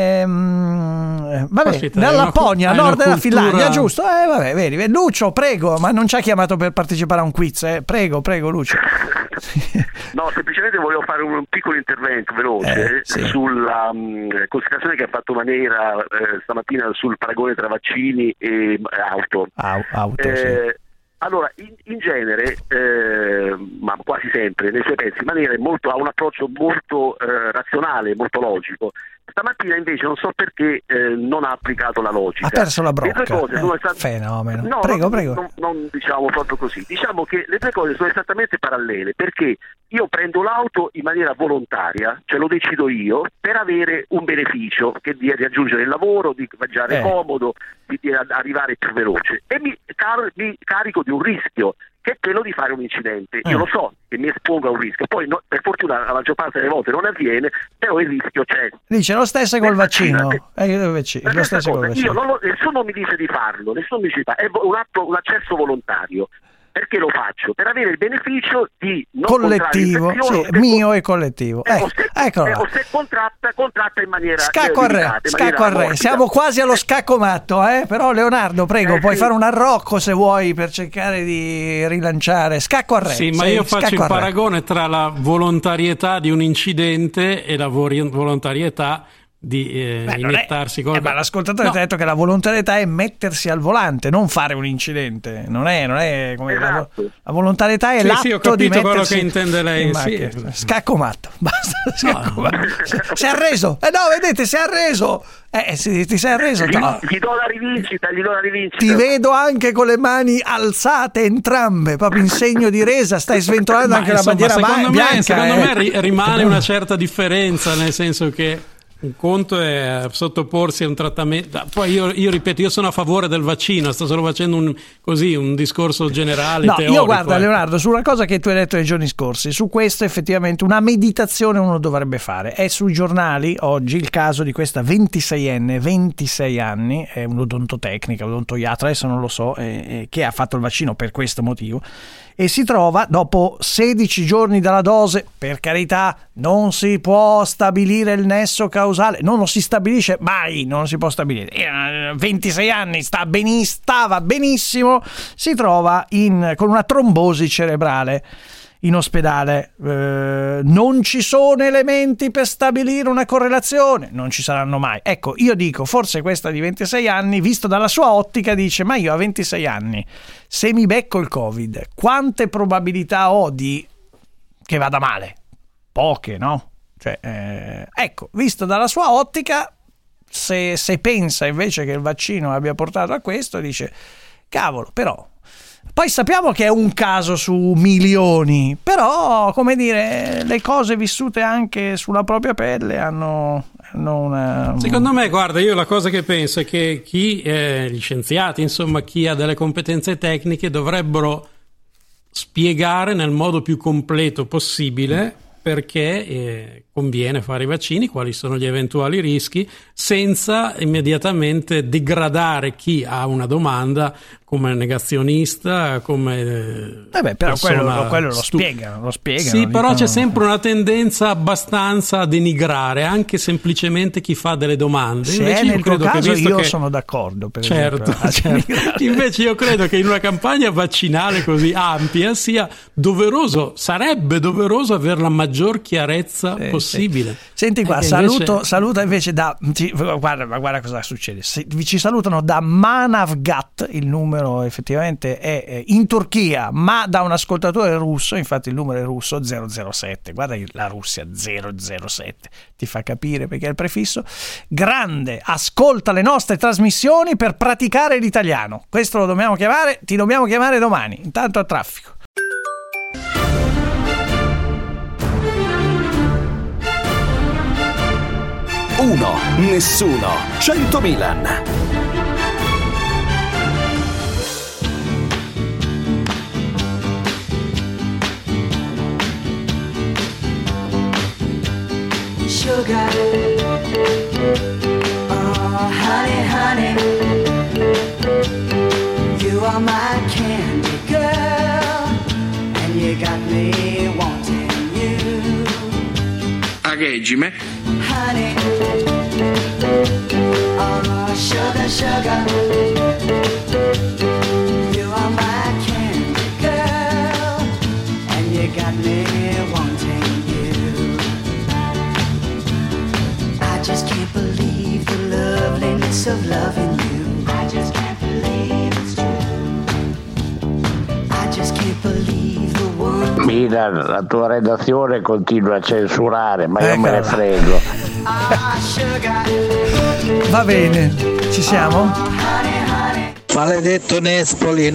vabbè, nella Lapponia, a nord della Finlandia, giusto? Vabbè, vedi, Lucio, prego, ma non ci ha chiamato per partecipare a un quiz, prego Lucio. No, semplicemente volevo fare un piccolo intervento veloce sulla considerazione che ha fatto Manera stamattina sul paragone tra vaccini e auto. Sì. Allora, in genere, ma quasi sempre, nei suoi pezzi, Manera ha un approccio molto razionale, molto logico. Stamattina invece non so perché non ha applicato la logica. Ha perso la brocca. Le due cose sono fenomeno. No, prego. Non diciamo proprio così. Diciamo che le due cose sono esattamente parallele, perché io prendo l'auto in maniera volontaria, cioè lo decido io, per avere un beneficio, che di raggiungere il lavoro, di mangiare comodo, di arrivare più veloce, e mi carico di un rischio, che è quello di fare un incidente. Io lo so che mi espongo a un rischio, poi per fortuna la maggior parte delle volte non avviene, però il rischio c'è. Dice lo stesso col vaccino. Lo stesso col vaccino. Nessuno mi dice di farlo, nessuno mi dice è un accesso volontario. Perché lo faccio? Per avere il beneficio di non collettivo, mio e collettivo. O se contratta in maniera scacco a re. Siamo quasi allo scacco matto, però Leonardo, prego, puoi fare un arrocco se vuoi per cercare di rilanciare. Scacco a re. Sì, ma io faccio il paragone tra la volontarietà di un incidente e la volontarietà di iniettarsi ma l'ascoltatore ti ha detto che la volontarietà è mettersi al volante, non fare un incidente, non è come la volontarietà è l'atto di mettersi. Quello che intende lei. Scacco matto, basta. Si è arreso, vedete, si è arreso. Ti sei arreso? Gli do la rivincita. Ti vedo anche con le mani alzate entrambe, proprio in segno di resa. Stai sventolando anche la bandiera bianca. Secondo me rimane una certa differenza, nel senso che un conto è sottoporsi a un trattamento. Poi io ripeto, io sono a favore del vaccino, sto solo facendo un discorso generale, teorico. Io guarda, Leonardo, su una cosa che tu hai detto nei giorni scorsi, su questo effettivamente una meditazione uno dovrebbe fare. È sui giornali oggi il caso di questa 26enne, 26 anni, è un'odontotecnica, odontoiatra, adesso non lo so, che ha fatto il vaccino per questo motivo, e si trova dopo 16 giorni dalla dose. Per carità, non si può stabilire il nesso causale, non lo si stabilisce mai, non si può stabilire. 26 anni, stava benissimo, si trova con una trombosi cerebrale in ospedale. Non ci sono elementi per stabilire una correlazione, non ci saranno mai. Ecco, io dico, forse questa di 26 anni, visto dalla sua ottica, dice: ma io a 26 anni, se mi becco il Covid, quante probabilità ho di che vada male? Poche, no? Ecco, visto dalla sua ottica, se pensa invece che il vaccino abbia portato a questo, dice: cavolo, però poi sappiamo che è un caso su milioni, però, come dire, le cose vissute anche sulla propria pelle hanno una... Secondo me, guarda, io la cosa che penso è che gli scienziati, insomma, chi ha delle competenze tecniche, dovrebbero spiegare nel modo più completo possibile perché conviene fare i vaccini, quali sono gli eventuali rischi, senza immediatamente degradare chi ha una domanda come negazionista, come però quello lo spiegano. Sì, però dicono... c'è sempre una tendenza abbastanza a denigrare anche semplicemente chi fa delle domande. Se invece è nel tuo caso io sono d'accordo, per certo. Invece io credo che in una campagna vaccinale così ampia sia doveroso, sarebbe doveroso avere la maggior chiarezza possibile. Senti qua, saluta invece guarda cosa succede. Ci salutano da Manavgat, il numero effettivamente è in Turchia, ma da un ascoltatore russo, infatti il numero è russo, 007. Guarda la Russia 007, ti fa capire perché è il prefisso. Grande, ascolta le nostre trasmissioni per praticare l'italiano. Questo lo dobbiamo chiamare, ti dobbiamo chiamare domani. Intanto a traffico. Uno, nessuno, 100 Milan. Sugar, oh honey, honey, you are my candy girl, and you got me wanting you. Agheggime. Honey, oh sugar, sugar, you are my candy girl, and you got me wanting you. I just can't believe the loveliness of loving you. I just can't believe it's true. I just can't believe the one. Milan, la tua redazione continua a censurare, ma io me ne frego. Va bene, ci siamo? Maledetto Nespoli.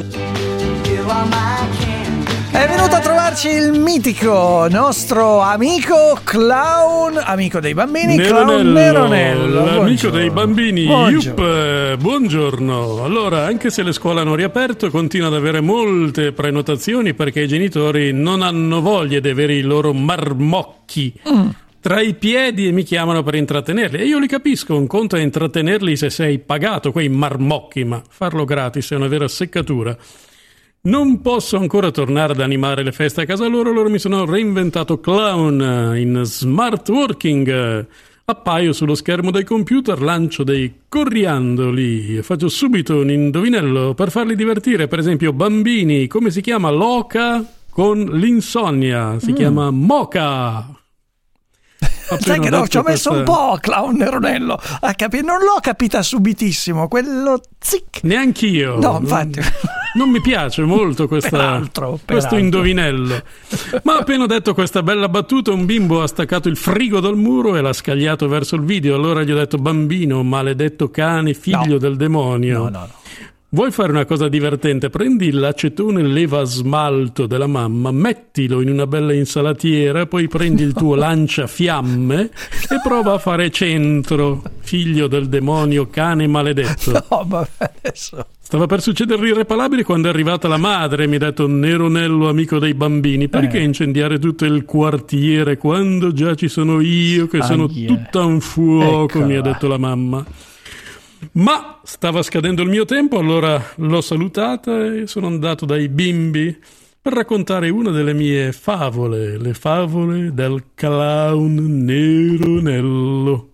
È venuto a trovarci il mitico nostro amico clown, amico dei bambini, clown Neronello. L'amico dei bambini. Buongiorno. Buongiorno. Allora, anche se le scuole hanno riaperto, continua ad avere molte prenotazioni perché i genitori non hanno voglia di avere i loro marmocchi tra i piedi e mi chiamano per intrattenerli. E io li capisco, un conto è intrattenerli se sei pagato, quei marmocchi, ma farlo gratis è una vera seccatura. Non posso ancora tornare ad animare le feste a casa loro, allora mi sono reinventato clown in smart working. Appaio sullo schermo del computer, lancio dei coriandoli e faccio subito un indovinello per farli divertire. Per esempio, bambini, come si chiama l'oca con l'insonnia? Si chiama moca. Sai che no, ci ho messo un po', clown Neronello, a capire, non l'ho capita subitissimo, quello zic. Neanch'io. No, infatti. Non mi piace molto questo indovinello. Ma appena ho detto questa bella battuta, un bimbo ha staccato il frigo dal muro e l'ha scagliato verso il video. Allora gli ho detto: bambino, maledetto cane, figlio del demonio. No. Vuoi fare una cosa divertente? Prendi l'acetone leva smalto della mamma, mettilo in una bella insalatiera, poi prendi il tuo lanciafiamme e prova a fare centro, figlio del demonio, cane maledetto. No, ma adesso... Stava per succedere l'irreparabile quando è arrivata la madre e mi ha detto: Neronello, amico dei bambini, perché incendiare tutto il quartiere quando già ci sono io che sono tutta un fuoco, mi ha detto la mamma. Ma stava scadendo il mio tempo, allora l'ho salutata e sono andato dai bimbi per raccontare una delle mie favole, le favole del clown Neronello.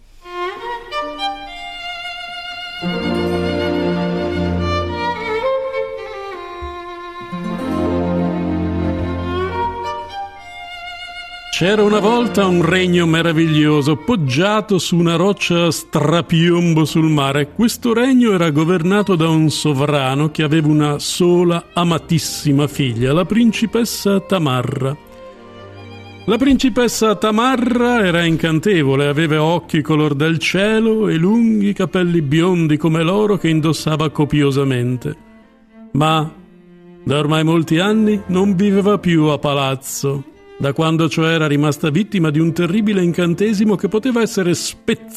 C'era una volta un regno meraviglioso, poggiato su una roccia a strapiombo sul mare. Questo regno era governato da un sovrano che aveva una sola amatissima figlia, la principessa Tamarra. La principessa Tamarra era incantevole, aveva occhi color del cielo e lunghi capelli biondi come l'oro che indossava copiosamente. Ma da ormai molti anni non viveva più a palazzo, da quando cioè era rimasta vittima di un terribile incantesimo che poteva essere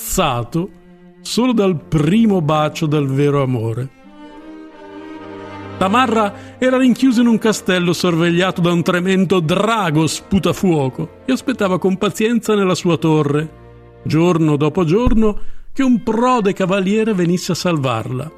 spezzato solo dal primo bacio del vero amore. Tamarra era rinchiuso in un castello sorvegliato da un tremendo drago sputafuoco e aspettava con pazienza nella sua torre, giorno dopo giorno, che un prode cavaliere venisse a salvarla.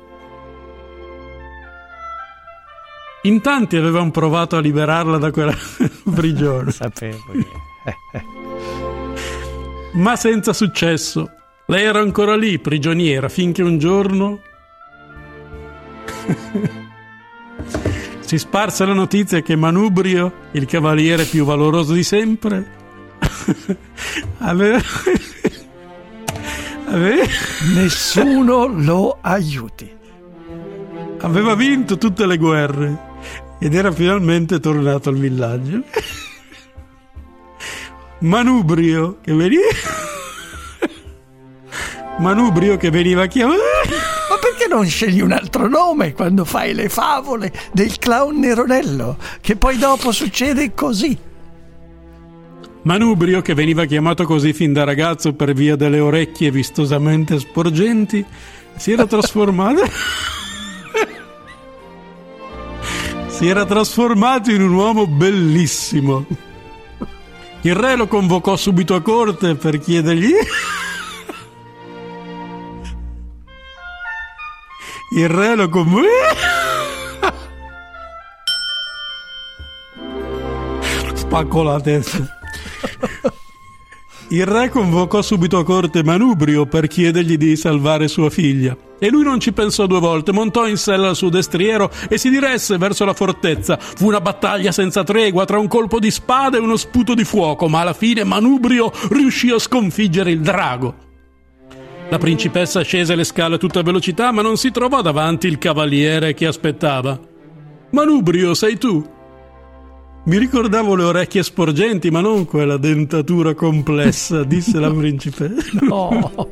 In tanti avevano provato a liberarla da quella prigione. Sapevo che... Ma senza successo. Lei era ancora lì, prigioniera, finché un giorno si sparse la notizia che Manubrio, il cavaliere più valoroso di sempre, aveva... Nessuno lo aiuti. Aveva vinto tutte le guerre ed era finalmente tornato al villaggio. Manubrio che veniva chiamato... Ma perché non scegli un altro nome quando fai le favole del clown Neronello? Che poi dopo succede così. Manubrio, che veniva chiamato così fin da ragazzo per via delle orecchie vistosamente sporgenti, si era trasformato in un uomo bellissimo. Il re lo convocò subito a corte per chiedergli spacco la testa. Il re convocò subito a corte Manubrio per chiedergli di salvare sua figlia. E lui non ci pensò due volte, montò in sella al suo destriero e si diresse verso la fortezza. Fu una battaglia senza tregua tra un colpo di spada e uno sputo di fuoco, ma alla fine Manubrio riuscì a sconfiggere il drago. La principessa scese le scale a tutta velocità, ma non si trovò davanti il cavaliere che aspettava. «Manubrio, sei tu?» «Mi ricordavo le orecchie sporgenti, ma non quella dentatura complessa», disse la principessa. No.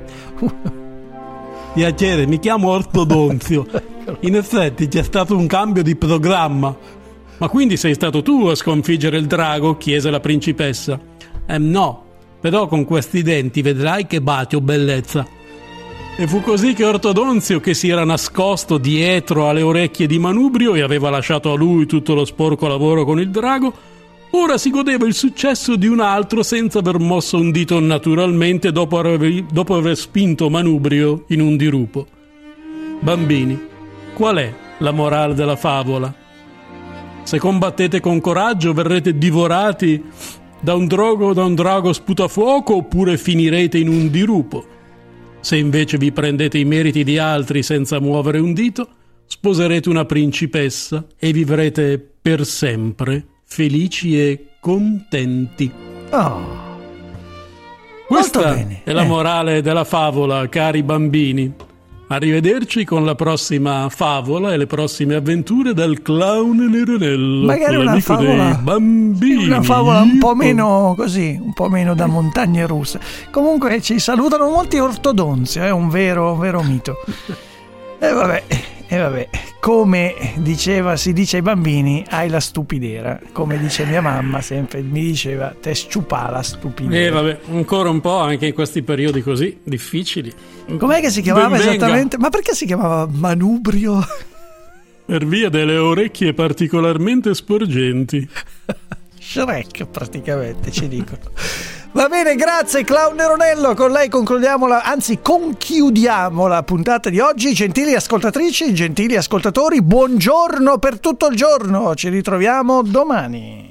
«Piacere, mi chiamo Ortodonzio. In effetti c'è stato un cambio di programma». «Ma quindi sei stato tu a sconfiggere il drago?» chiese la principessa. No, però con questi denti vedrai che bacio, bellezza». E fu così che Ortodonzio, che si era nascosto dietro alle orecchie di Manubrio e aveva lasciato a lui tutto lo sporco lavoro con il drago, ora si godeva il successo di un altro senza aver mosso un dito, naturalmente, dopo aver spinto Manubrio in un dirupo. Bambini, qual è la morale della favola? Se combattete con coraggio verrete divorati da un drago sputafuoco, oppure finirete in un dirupo. Se invece vi prendete i meriti di altri senza muovere un dito, sposerete una principessa e vivrete per sempre felici e contenti. Oh. Questa è la morale della favola, cari bambini. Arrivederci con la prossima favola e le prossime avventure del clown Neronello. Magari una favola, dei bambini. Una favola un po' meno così, un po' meno da montagne russe. Comunque ci salutano molti Ortodonzio, è un vero mito. E vabbè, come si dice ai bambini, hai la stupidera. Come dice mia mamma sempre, mi diceva, te sciupà la stupidera. Vabbè, ancora un po' anche in questi periodi così difficili. Com'è che si chiamava esattamente? Ma perché si chiamava Manubrio? Per via delle orecchie particolarmente sporgenti. Shrek praticamente, ci dicono. Va bene, grazie clown Neronello, con lei conchiudiamo la puntata di oggi. Gentili ascoltatrici, gentili ascoltatori, buongiorno per tutto il giorno, ci ritroviamo domani.